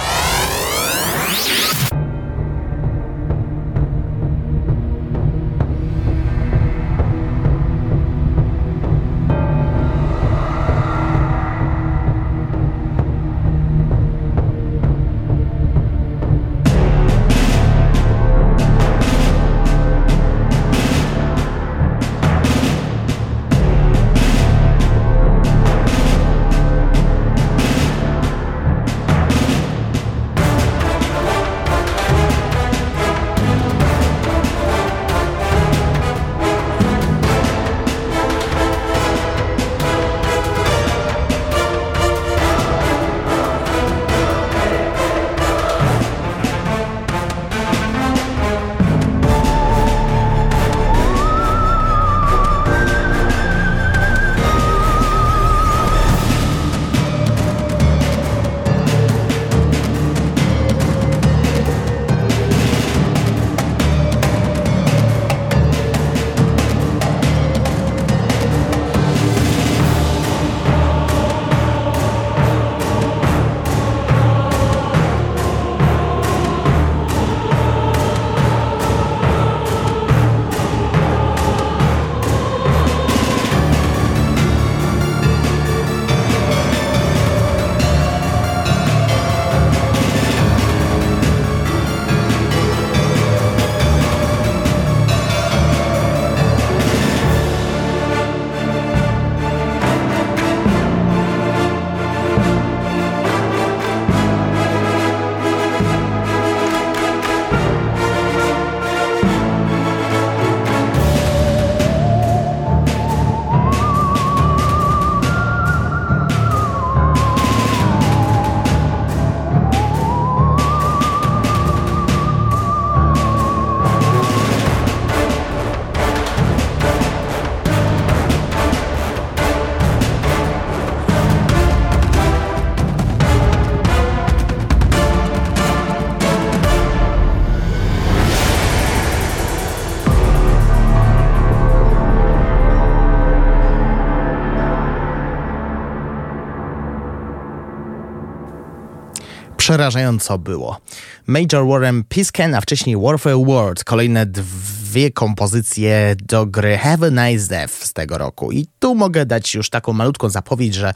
Przerażająco było. Major Warren Pisken, a wcześniej Warfare World, kolejne dwie kompozycje do gry Have a Nice Death z tego roku. I tu mogę dać już taką malutką zapowiedź, że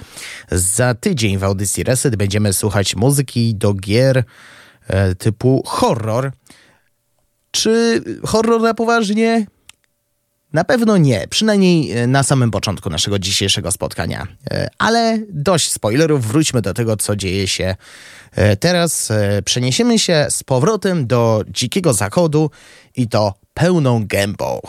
za tydzień w audycji Reset będziemy słuchać muzyki do gier typu horror. Czy horror na poważnie? Na pewno nie, przynajmniej na samym początku naszego dzisiejszego spotkania. Ale dość spoilerów, wróćmy do tego, co dzieje się teraz. Przeniesiemy się z powrotem do Dzikiego Zachodu i to pełną gębą.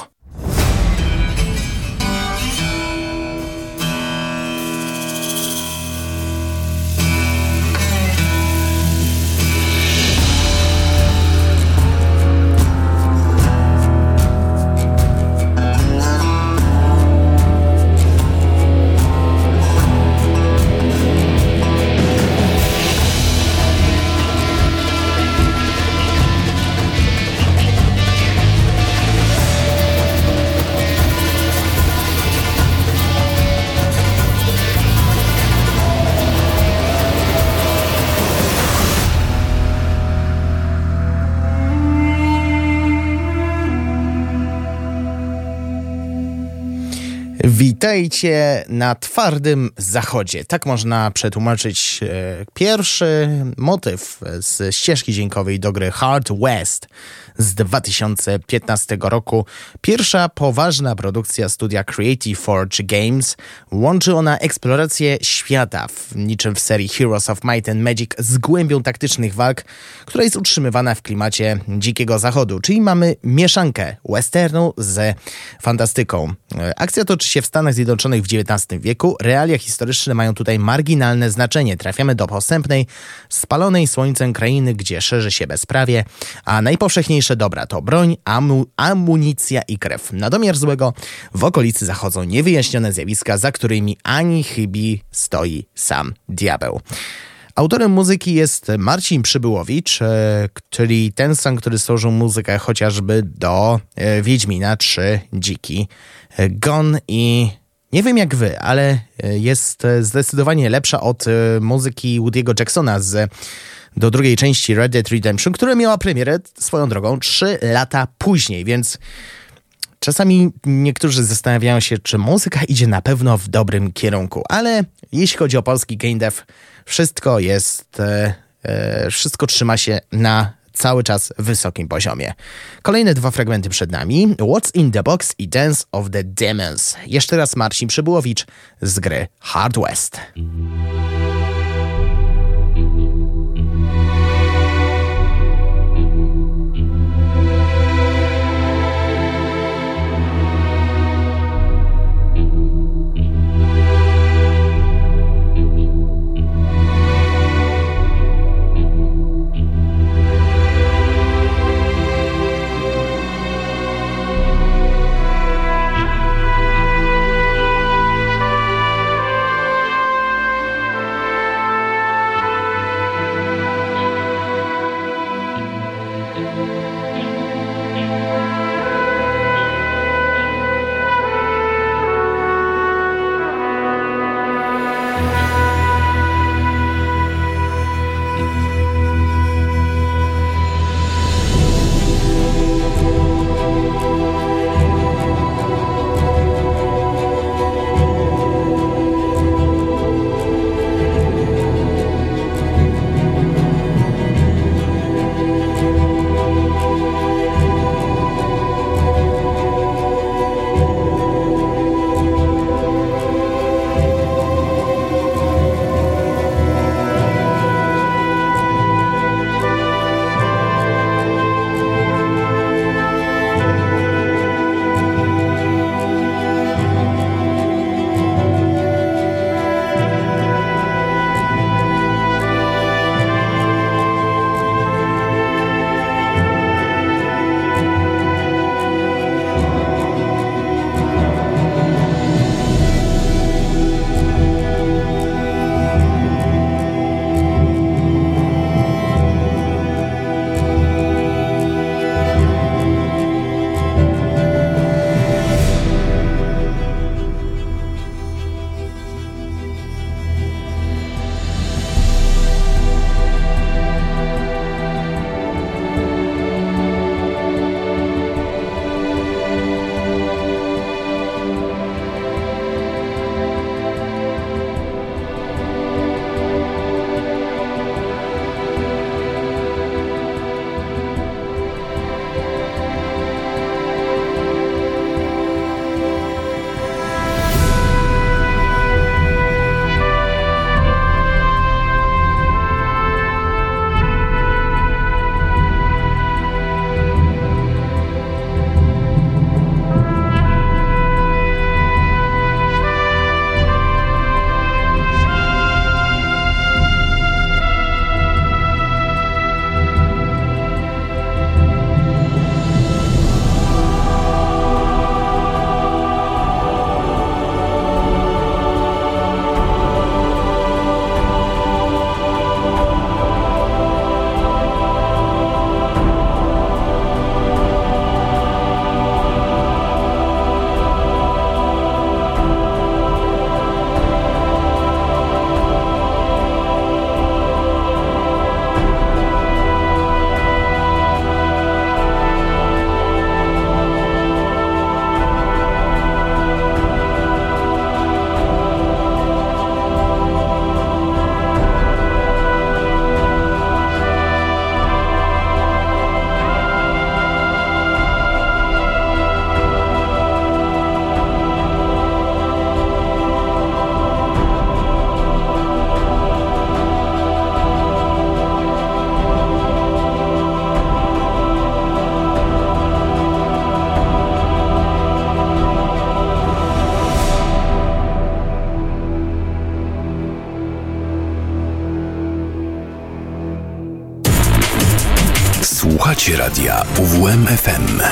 Witajcie na twardym zachodzie. Tak można przetłumaczyć pierwszy motyw z ścieżki dźwiękowej do gry Hard West z 2015 roku. Pierwsza poważna produkcja studia Creative Forge Games. Łączy ona eksplorację świata, niczym w serii Heroes of Might and Magic, z głębią taktycznych walk, która jest utrzymywana w klimacie Dzikiego Zachodu. Czyli mamy mieszankę westernu z fantastyką. Akcja toczy się w Stanach Zjednoczonych w XIX wieku. Realia historyczne mają tutaj marginalne znaczenie. Trafiamy do posępnej, spalonej słońcem krainy, gdzie szerzy się bezprawie, a najpowszechniejsze dobra to broń, amunicja i krew. Na domiar złego w okolicy zachodzą niewyjaśnione zjawiska, za którymi ani chybi stoi sam diabeł. Autorem muzyki jest Marcin Przybyłowicz, czyli ten sam, który stworzył muzykę chociażby do Wiedźmina 3 Dziki Gon i Nie wiem jak wy, ale jest zdecydowanie lepsza od muzyki Woody'ego Jacksona do drugiej części Red Dead Redemption, która miała premierę swoją drogą 3 lata później, więc czasami niektórzy zastanawiają się, czy muzyka idzie na pewno w dobrym kierunku, ale jeśli chodzi o polski game dev, wszystko trzyma się na cały czas wysokim poziomie. Kolejne 2 fragmenty przed nami. What's in the Box i Dance of the Demons. Jeszcze raz Marcin Przybyłowicz z gry Hard West. Słuchacie radia UWM-FM.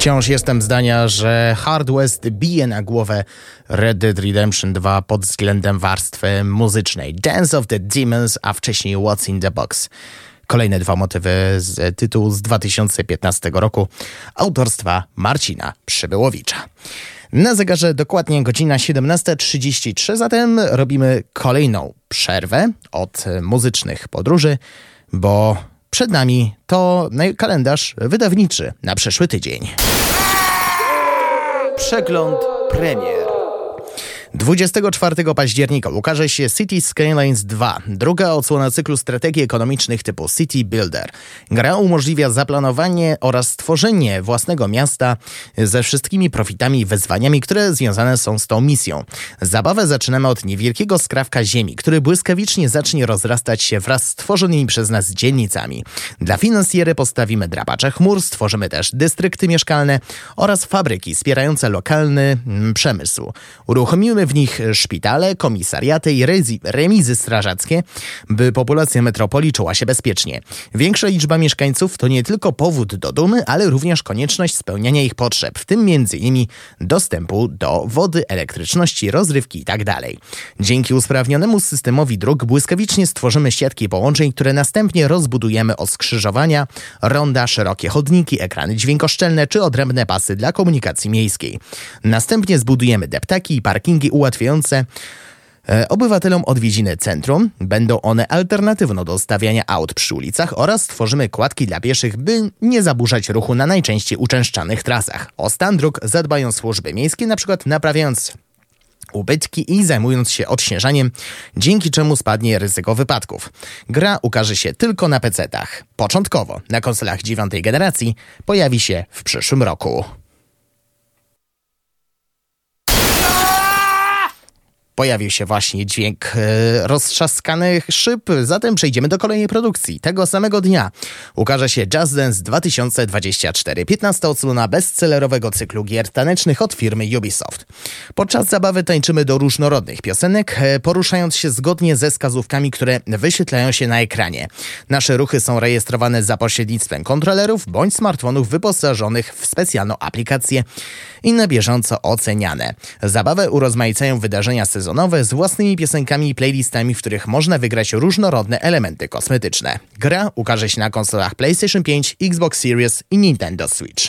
Wciąż jestem zdania, że Hard West bije na głowę Red Dead Redemption 2 pod względem warstwy muzycznej. Dance of the Demons, a wcześniej What's in the Box. Kolejne dwa motywy z tytułu z 2015 roku autorstwa Marcina Przybyłowicza. Na zegarze dokładnie godzina 17:33, zatem robimy kolejną przerwę od muzycznych podróży, bo przed nami to kalendarz wydawniczy na przyszły tydzień. Przegląd premier. 24 października ukaże się City Skylines 2, druga odsłona cyklu strategii ekonomicznych typu City Builder. Gra umożliwia zaplanowanie oraz stworzenie własnego miasta ze wszystkimi profitami i wyzwaniami, które związane są z tą misją. Zabawę zaczynamy od niewielkiego skrawka ziemi, który błyskawicznie zacznie rozrastać się wraz z stworzonymi przez nas dzielnicami. Dla finansjery postawimy drapacze chmur, stworzymy też dystrykty mieszkalne oraz fabryki wspierające lokalny przemysł. Uruchomimy w nich szpitale, komisariaty i remizy strażackie, by populacja metropolii czuła się bezpiecznie. Większa liczba mieszkańców to nie tylko powód do dumy, ale również konieczność spełniania ich potrzeb, w tym m.in. dostępu do wody, elektryczności, rozrywki itd. Dzięki usprawnionemu systemowi dróg błyskawicznie stworzymy siatki połączeń, które następnie rozbudujemy o skrzyżowania, ronda, szerokie chodniki, ekrany dźwiękoszczelne czy odrębne pasy dla komunikacji miejskiej. Następnie zbudujemy deptaki i parkingi ułatwiające obywatelom odwiedziny centrum. Będą one alternatywą do stawiania aut przy ulicach oraz stworzymy kładki dla pieszych, by nie zaburzać ruchu na najczęściej uczęszczanych trasach. O stan dróg zadbają służby miejskie, np. naprawiając ubytki i zajmując się odśnieżaniem, dzięki czemu spadnie ryzyko wypadków. Gra ukaże się tylko na PC-tach. Początkowo na konsolach 9. generacji pojawi się w przyszłym roku. Pojawił się właśnie dźwięk roztrzaskanych szyb, zatem przejdziemy do kolejnej produkcji. Tego samego dnia ukaże się Just Dance 2024, 15. odsłona bestsellerowego cyklu gier tanecznych od firmy Ubisoft. Podczas zabawy tańczymy do różnorodnych piosenek, poruszając się zgodnie ze wskazówkami, które wyświetlają się na ekranie. Nasze ruchy są rejestrowane za pośrednictwem kontrolerów bądź smartfonów wyposażonych w specjalną aplikację i na bieżąco oceniane. Zabawę urozmaicają wydarzenia sezonowe z własnymi piosenkami i playlistami, w których można wygrać różnorodne elementy kosmetyczne. Gra ukaże się na konsolach PlayStation 5, Xbox Series i Nintendo Switch.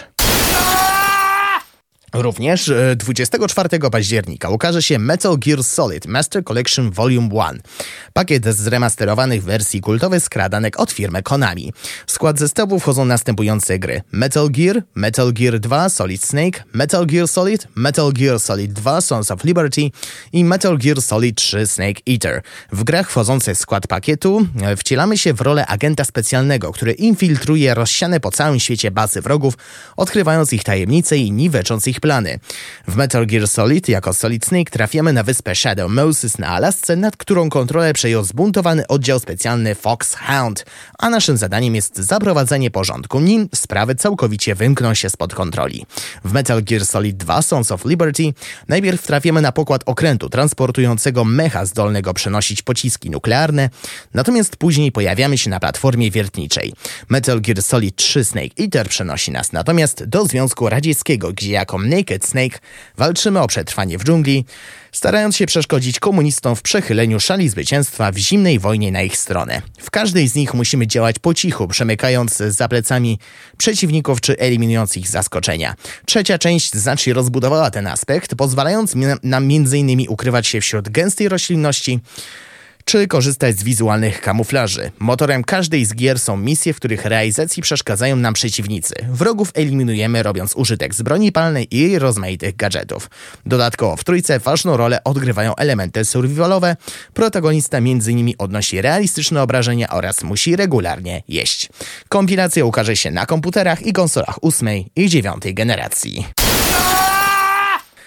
Również 24 października ukaże się Metal Gear Solid Master Collection Volume 1. Pakiet zremasterowanych wersji kultowych skradanek od firmy Konami. W skład zestawu wchodzą następujące gry: Metal Gear 2 Solid Snake, Metal Gear Solid 2 Sons of Liberty i Metal Gear Solid 3 Snake Eater. W grach wchodzących w skład pakietu wcielamy się w rolę agenta specjalnego, który infiltruje rozsiane po całym świecie bazy wrogów, odkrywając ich tajemnice i niwecząc ich plany. W Metal Gear Solid jako Solid Snake trafiamy na wyspę Shadow Moses na Alasce, nad którą kontrolę przejął zbuntowany oddział specjalny Foxhound, a naszym zadaniem jest zaprowadzenie porządku, nim sprawy całkowicie wymkną się spod kontroli. W Metal Gear Solid 2 Sons of Liberty najpierw trafiamy na pokład okrętu transportującego mecha zdolnego przenosić pociski nuklearne, natomiast później pojawiamy się na platformie wiertniczej. Metal Gear Solid 3 Snake Eater przenosi nas natomiast do Związku Radzieckiego, gdzie jako Naked Snake walczymy o przetrwanie w dżungli, starając się przeszkodzić komunistom w przechyleniu szali zwycięstwa w zimnej wojnie na ich stronę. W każdej z nich musimy działać po cichu, przemykając za plecami przeciwników czy eliminując ich z zaskoczenia. Trzecia część znacznie rozbudowała ten aspekt, pozwalając nam m.in. ukrywać się wśród gęstej roślinności czy korzystać z wizualnych kamuflaży. Motorem każdej z gier są misje, w których realizacji przeszkadzają nam przeciwnicy. Wrogów eliminujemy, robiąc użytek z broni palnej i rozmaitych gadżetów. Dodatkowo w trójce ważną rolę odgrywają elementy survivalowe. Protagonista m.in. odnosi realistyczne obrażenia oraz musi regularnie jeść. Kompilacja ukaże się na komputerach i konsolach 8. i 9. generacji.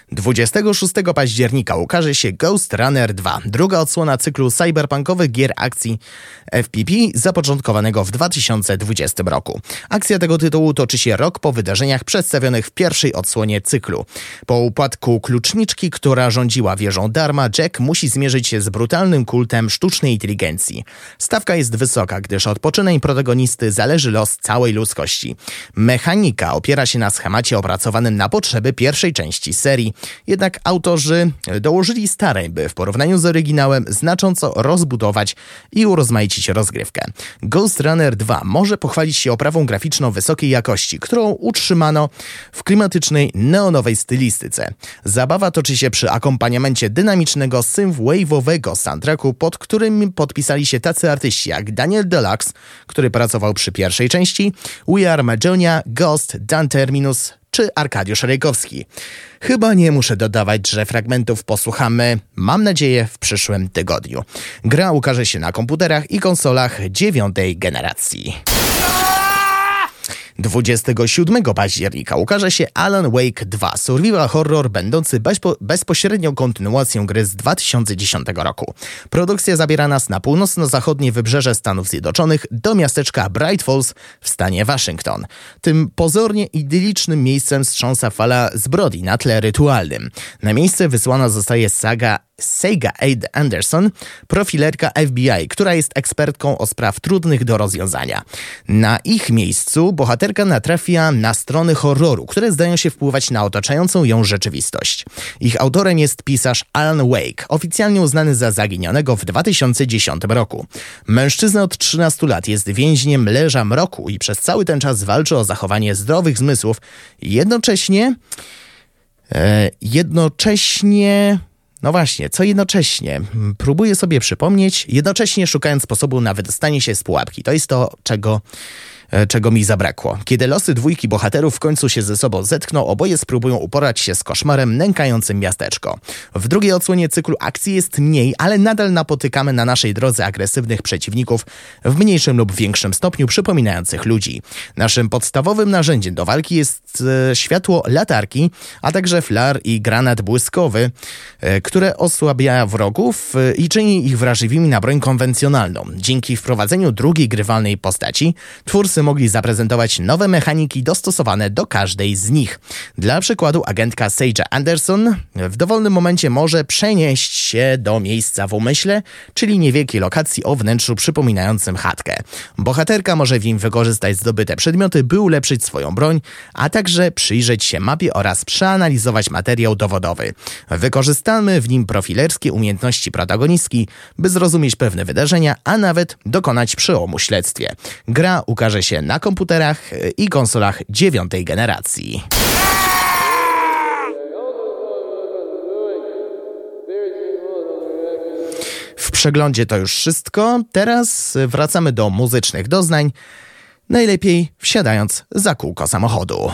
26 października ukaże się Ghost Runner 2, druga odsłona cyklu cyberpunkowych gier akcji FPP zapoczątkowanego w 2020 roku. Akcja tego tytułu toczy się rok po wydarzeniach przedstawionych w pierwszej odsłonie cyklu. Po upadku kluczniczki, która rządziła wieżą Dharma, Jack musi zmierzyć się z brutalnym kultem sztucznej inteligencji. Stawka jest wysoka, gdyż od poczynań protagonisty zależy los całej ludzkości. Mechanika opiera się na schemacie opracowanym na potrzeby pierwszej części serii, jednak autorzy dołożyli starań, by w porównaniu z oryginałem znacząco rozbudować i urozmaicić rozgrywkę. Ghost Runner 2 może pochwalić się oprawą graficzną wysokiej jakości, którą utrzymano w klimatycznej, neonowej stylistyce. Zabawa toczy się przy akompaniamencie dynamicznego synthwave'owego soundtracku, pod którym podpisali się tacy artyści jak Daniel Deluxe, który pracował przy pierwszej części, We Are Majonia, Ghost, Dan Terminus czy Arkadiusz Rejkowski. Chyba nie muszę dodawać, że fragmentów posłuchamy, mam nadzieję, w przyszłym tygodniu. Gra ukaże się na komputerach i konsolach 9. generacji. 27 października ukaże się Alan Wake 2, survival horror będący bezpośrednią kontynuacją gry z 2010 roku. Produkcja zabiera nas na północno-zachodnie wybrzeże Stanów Zjednoczonych do miasteczka Bright Falls w stanie Waszyngton. Tym pozornie idylicznym miejscem wstrząsa fala zbrodni na tle rytualnym. Na miejsce wysłana zostaje Sega Anderson, profilerka FBI, która jest ekspertką o spraw trudnych do rozwiązania. Na ich miejscu bohaterka natrafia na strony horroru, które zdają się wpływać na otaczającą ją rzeczywistość. Ich autorem jest pisarz Alan Wake, oficjalnie uznany za zaginionego w 2010 roku. Mężczyzna od 13 lat jest więźniem leża mroku i przez cały ten czas walczy o zachowanie zdrowych zmysłów. No właśnie, co jednocześnie? Próbuję sobie przypomnieć, jednocześnie szukając sposobu na wydostanie się z pułapki. To jest to, czego mi zabrakło. Kiedy losy dwójki bohaterów w końcu się ze sobą zetkną, oboje spróbują uporać się z koszmarem nękającym miasteczko. W drugiej odsłonie cyklu akcji jest mniej, ale nadal napotykamy na naszej drodze agresywnych przeciwników w mniejszym lub większym stopniu przypominających ludzi. Naszym podstawowym narzędziem do walki jest światło latarki, a także flar i granat błyskowy, które osłabia wrogów i czyni ich wrażliwymi na broń konwencjonalną. Dzięki wprowadzeniu drugiej grywalnej postaci, twórcy mogli zaprezentować nowe mechaniki dostosowane do każdej z nich. Dla przykładu agentka Sage Anderson w dowolnym momencie może przenieść się do miejsca w umyśle, czyli niewielkiej lokacji o wnętrzu przypominającym chatkę. Bohaterka może w nim wykorzystać zdobyte przedmioty, by ulepszyć swoją broń, a także przyjrzeć się mapie oraz przeanalizować materiał dowodowy. Wykorzystamy w nim profilerskie umiejętności protagonistki, by zrozumieć pewne wydarzenia, a nawet dokonać przełomu w śledztwie. Gra ukaże się na komputerach i konsolach 9. generacji. W przeglądzie to już wszystko. Teraz wracamy do muzycznych doznań, najlepiej wsiadając za kółko samochodu.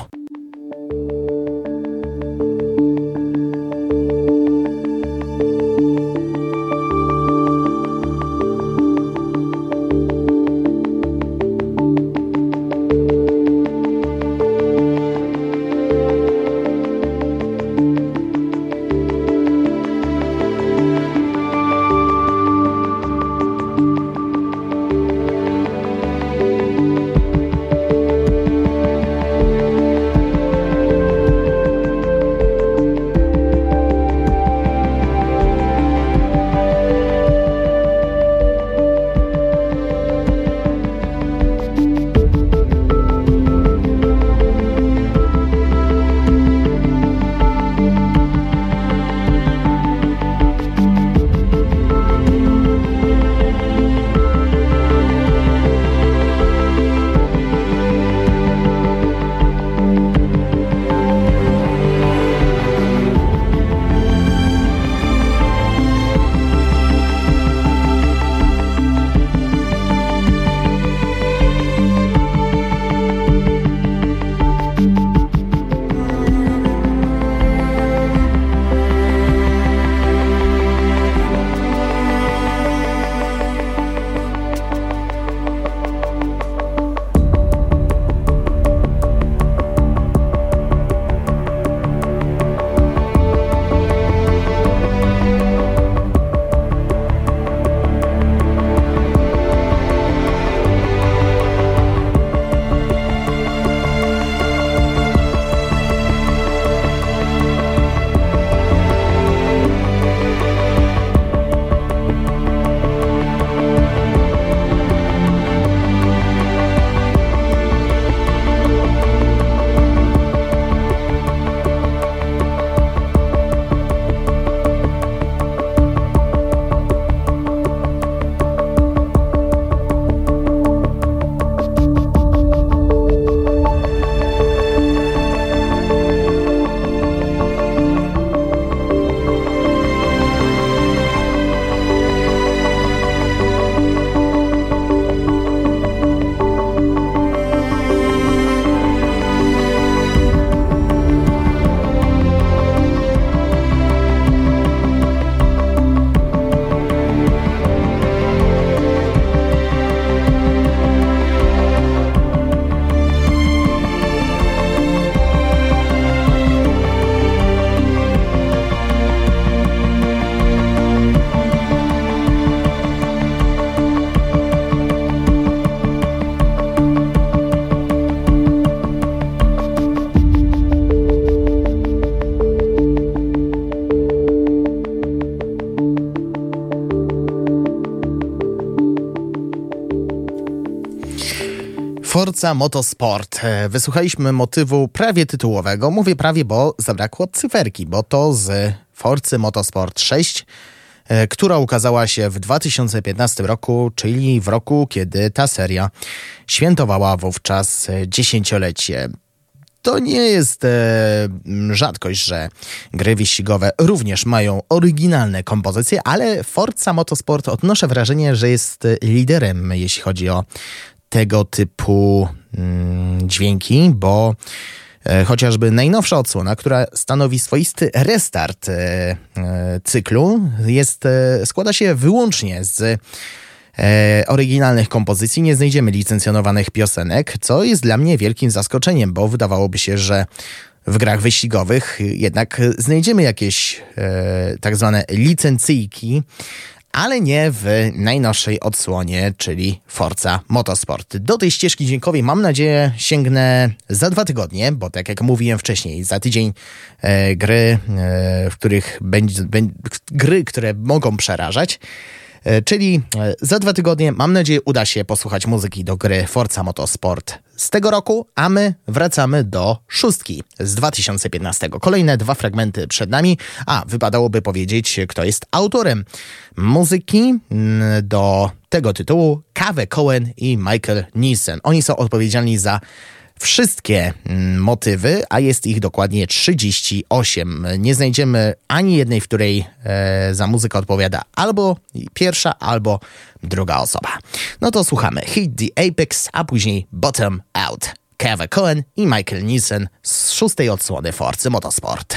Forza Motorsport. Wysłuchaliśmy motywu prawie tytułowego. Mówię prawie, bo zabrakło cyferki, bo to z Forcy Motorsport 6, która ukazała się w 2015 roku, czyli w roku, kiedy ta seria świętowała wówczas 10-lecie. To nie jest rzadkość, że gry wyścigowe również mają oryginalne kompozycje, ale Forza Motorsport odnoszę wrażenie, że jest liderem, jeśli chodzi o tego typu dźwięki, bo chociażby najnowsza odsłona, która stanowi swoisty restart cyklu, składa się wyłącznie z oryginalnych kompozycji. Nie znajdziemy licencjonowanych piosenek, co jest dla mnie wielkim zaskoczeniem, bo wydawałoby się, że w grach wyścigowych jednak znajdziemy jakieś tak zwane licencyjki, ale nie w najnowszej odsłonie, czyli Forza Motorsport. Do tej ścieżki dźwiękowej mam nadzieję sięgnę za 2 tygodnie, bo tak jak mówiłem wcześniej, za tydzień gry, w których gry, które mogą przerażać. Czyli za 2 tygodnie, mam nadzieję, uda się posłuchać muzyki do gry Forza Motorsport z tego roku, a my wracamy do 6 z 2015. Kolejne 2 fragmenty przed nami, a wypadałoby powiedzieć, kto jest autorem muzyki do tego tytułu: Kave Cohen i Michael Nielsen. Oni są odpowiedzialni za wszystkie motywy, a jest ich dokładnie 38. Nie znajdziemy ani jednej, w której za muzykę odpowiada albo pierwsza, albo druga osoba. No to słuchamy Hit the Apex, a później Bottom Out. Kave Cohen i Michael Nielsen z 6. odsłony Forcy Motorsport.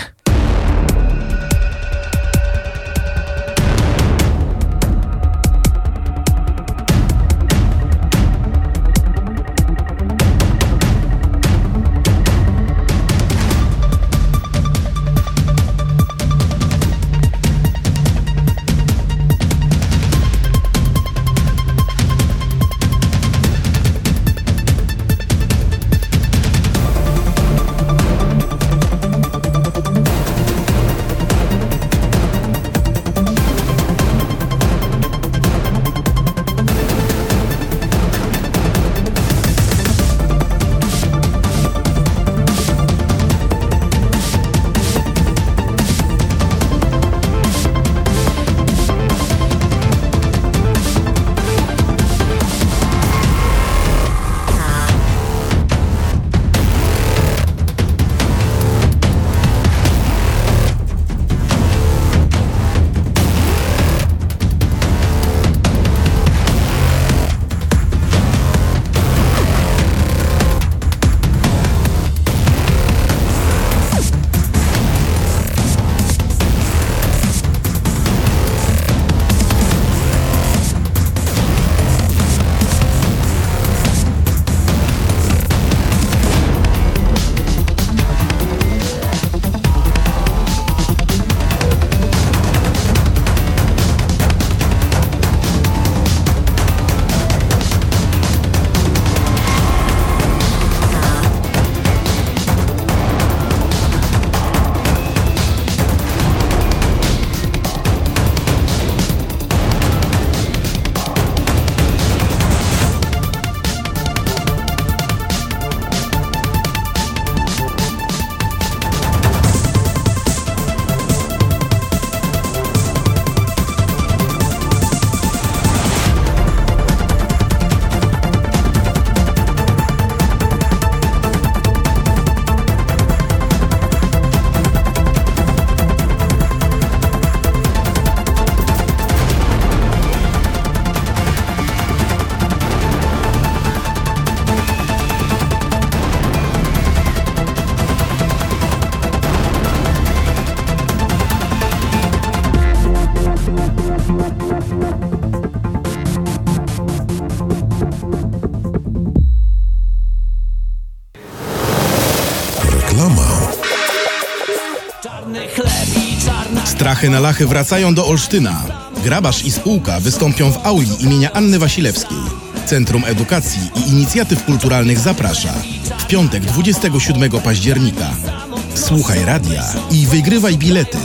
Strachy na lachy wracają do Olsztyna. Grabarz i spółka wystąpią w auli imienia Anny Wasilewskiej. Centrum Edukacji i Inicjatyw Kulturalnych zaprasza. W piątek 27 października. Słuchaj radia i wygrywaj bilety.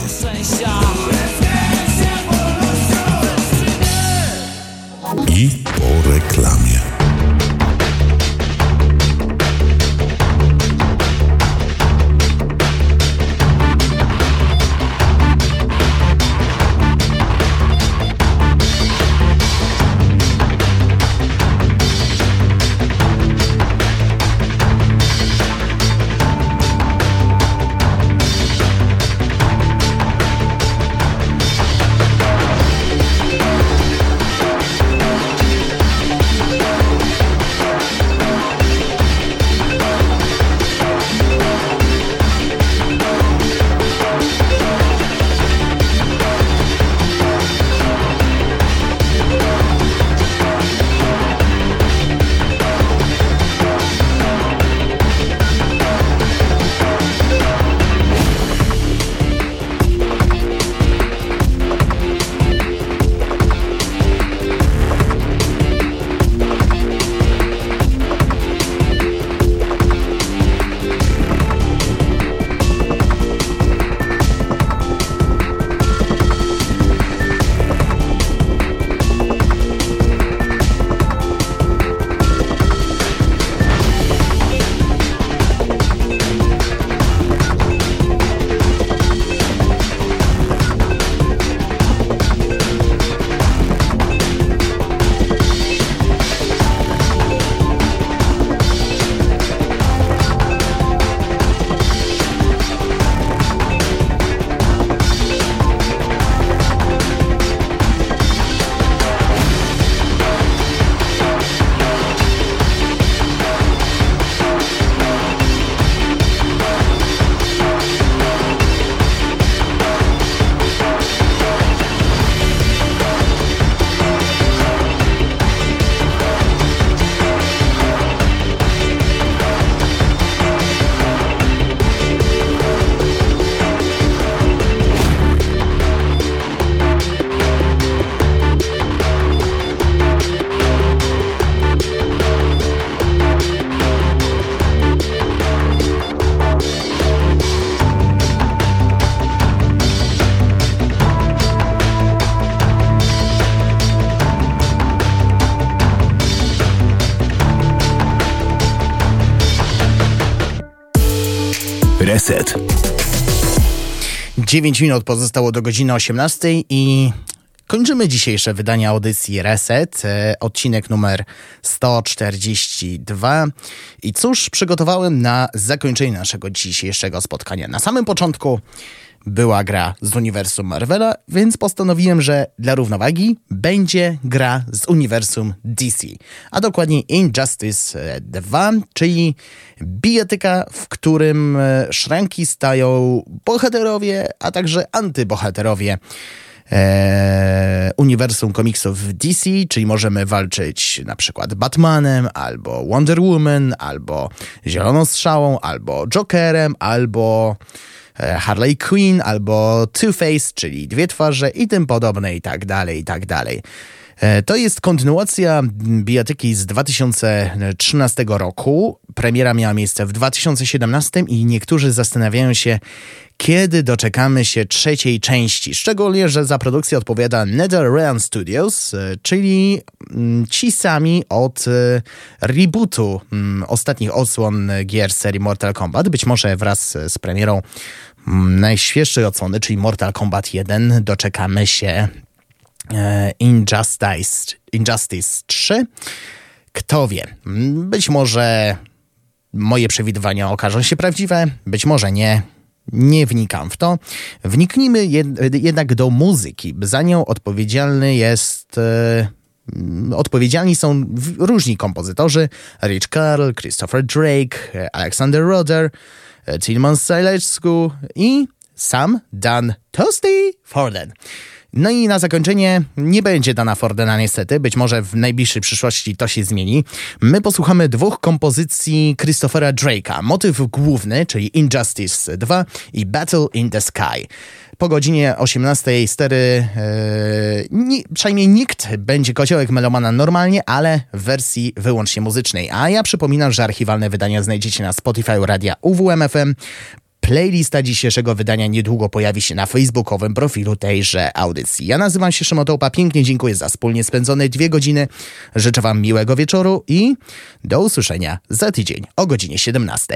I po reklamie. Reset. 9 minut pozostało do godziny 18 i kończymy dzisiejsze wydanie audycji Reset, odcinek numer 142. I cóż przygotowałem na zakończenie naszego dzisiejszego spotkania? Na samym początku była gra z uniwersum Marvela, więc postanowiłem, że dla równowagi będzie gra z uniwersum DC, a dokładnie Injustice 2, czyli bijatyka, w którym szranki stają bohaterowie, a także antybohaterowie uniwersum komiksów DC, czyli możemy walczyć na przykład Batmanem, albo Wonder Woman, albo Zieloną Strzałą, albo Jokerem, albo Harley Quinn, albo Two-Face, czyli dwie twarze i tym podobne, i tak dalej, i tak dalej. To jest kontynuacja bijatyki z 2013 roku. Premiera miała miejsce w 2017 i niektórzy zastanawiają się, kiedy doczekamy się trzeciej części. Szczególnie, że za produkcję odpowiada NetherRealm Studios, czyli ci sami od rebootu ostatnich odsłon gier serii Mortal Kombat. Być może wraz z premierą najświeższej odsłony, czyli Mortal Kombat 1, doczekamy się Injustice 3. Kto wie, być może moje przewidywania okażą się prawdziwe, być może nie. Nie wnikam w to. Wniknijmy jednak do muzyki. Za nią odpowiedzialni są różni kompozytorzy: Rich Carl, Christopher Drake, Alexander Roder, Tilman Sajlecku i sam Dan Toasty Forden. No i na zakończenie nie będzie Dana Fordena niestety, być może w najbliższej przyszłości to się zmieni. My posłuchamy dwóch kompozycji Christophera Drake'a. Motyw główny, czyli Injustice 2 i Battle in the Sky. Po godzinie 18 stery, przynajmniej nikt będzie kociołek melomana normalnie, ale w wersji wyłącznie muzycznej. A ja przypominam, że archiwalne wydania znajdziecie na Spotify Radia UWMFM. Playlista dzisiejszego wydania niedługo pojawi się na facebookowym profilu tejże audycji. Ja nazywam się Szymon Tołpa, pięknie dziękuję za wspólnie spędzone 2 godziny. Życzę wam miłego wieczoru i do usłyszenia za tydzień o godzinie 17.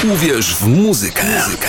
Uwierz w muzykę.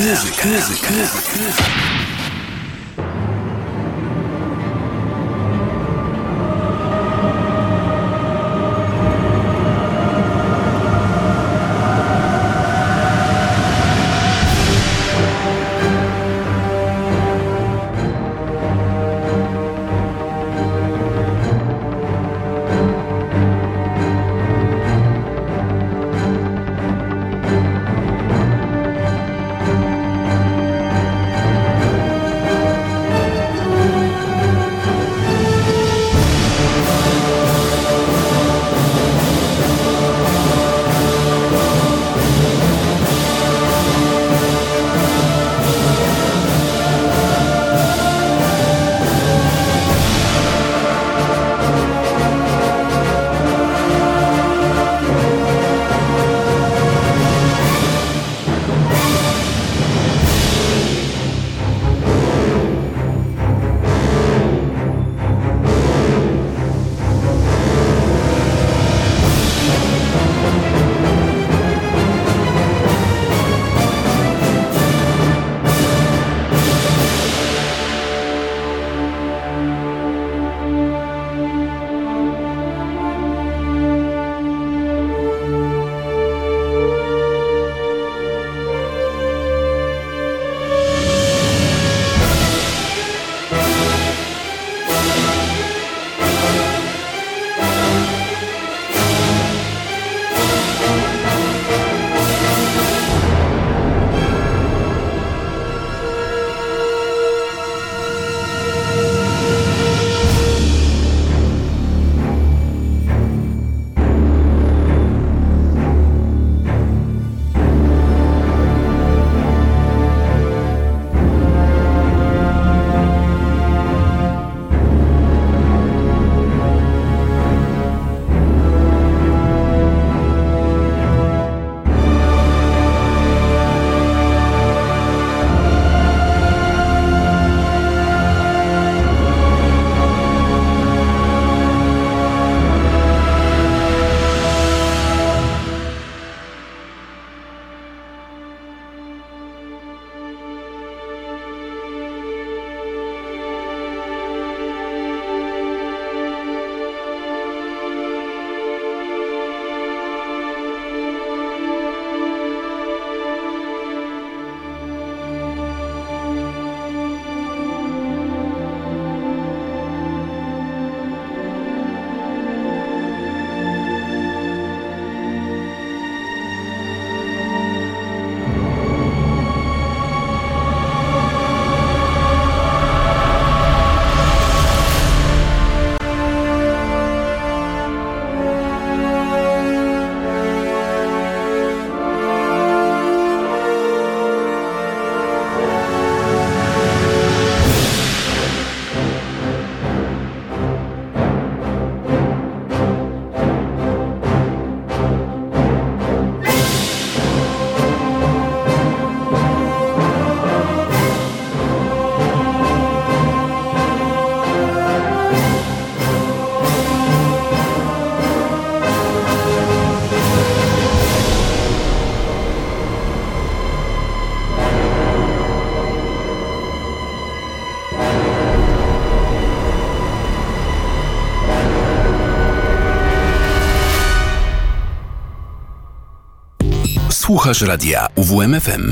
Słuchasz radia UWMFM.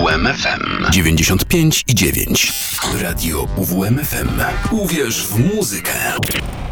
UWMFM 95,9. Radio UWMFM. Uwierz w muzykę.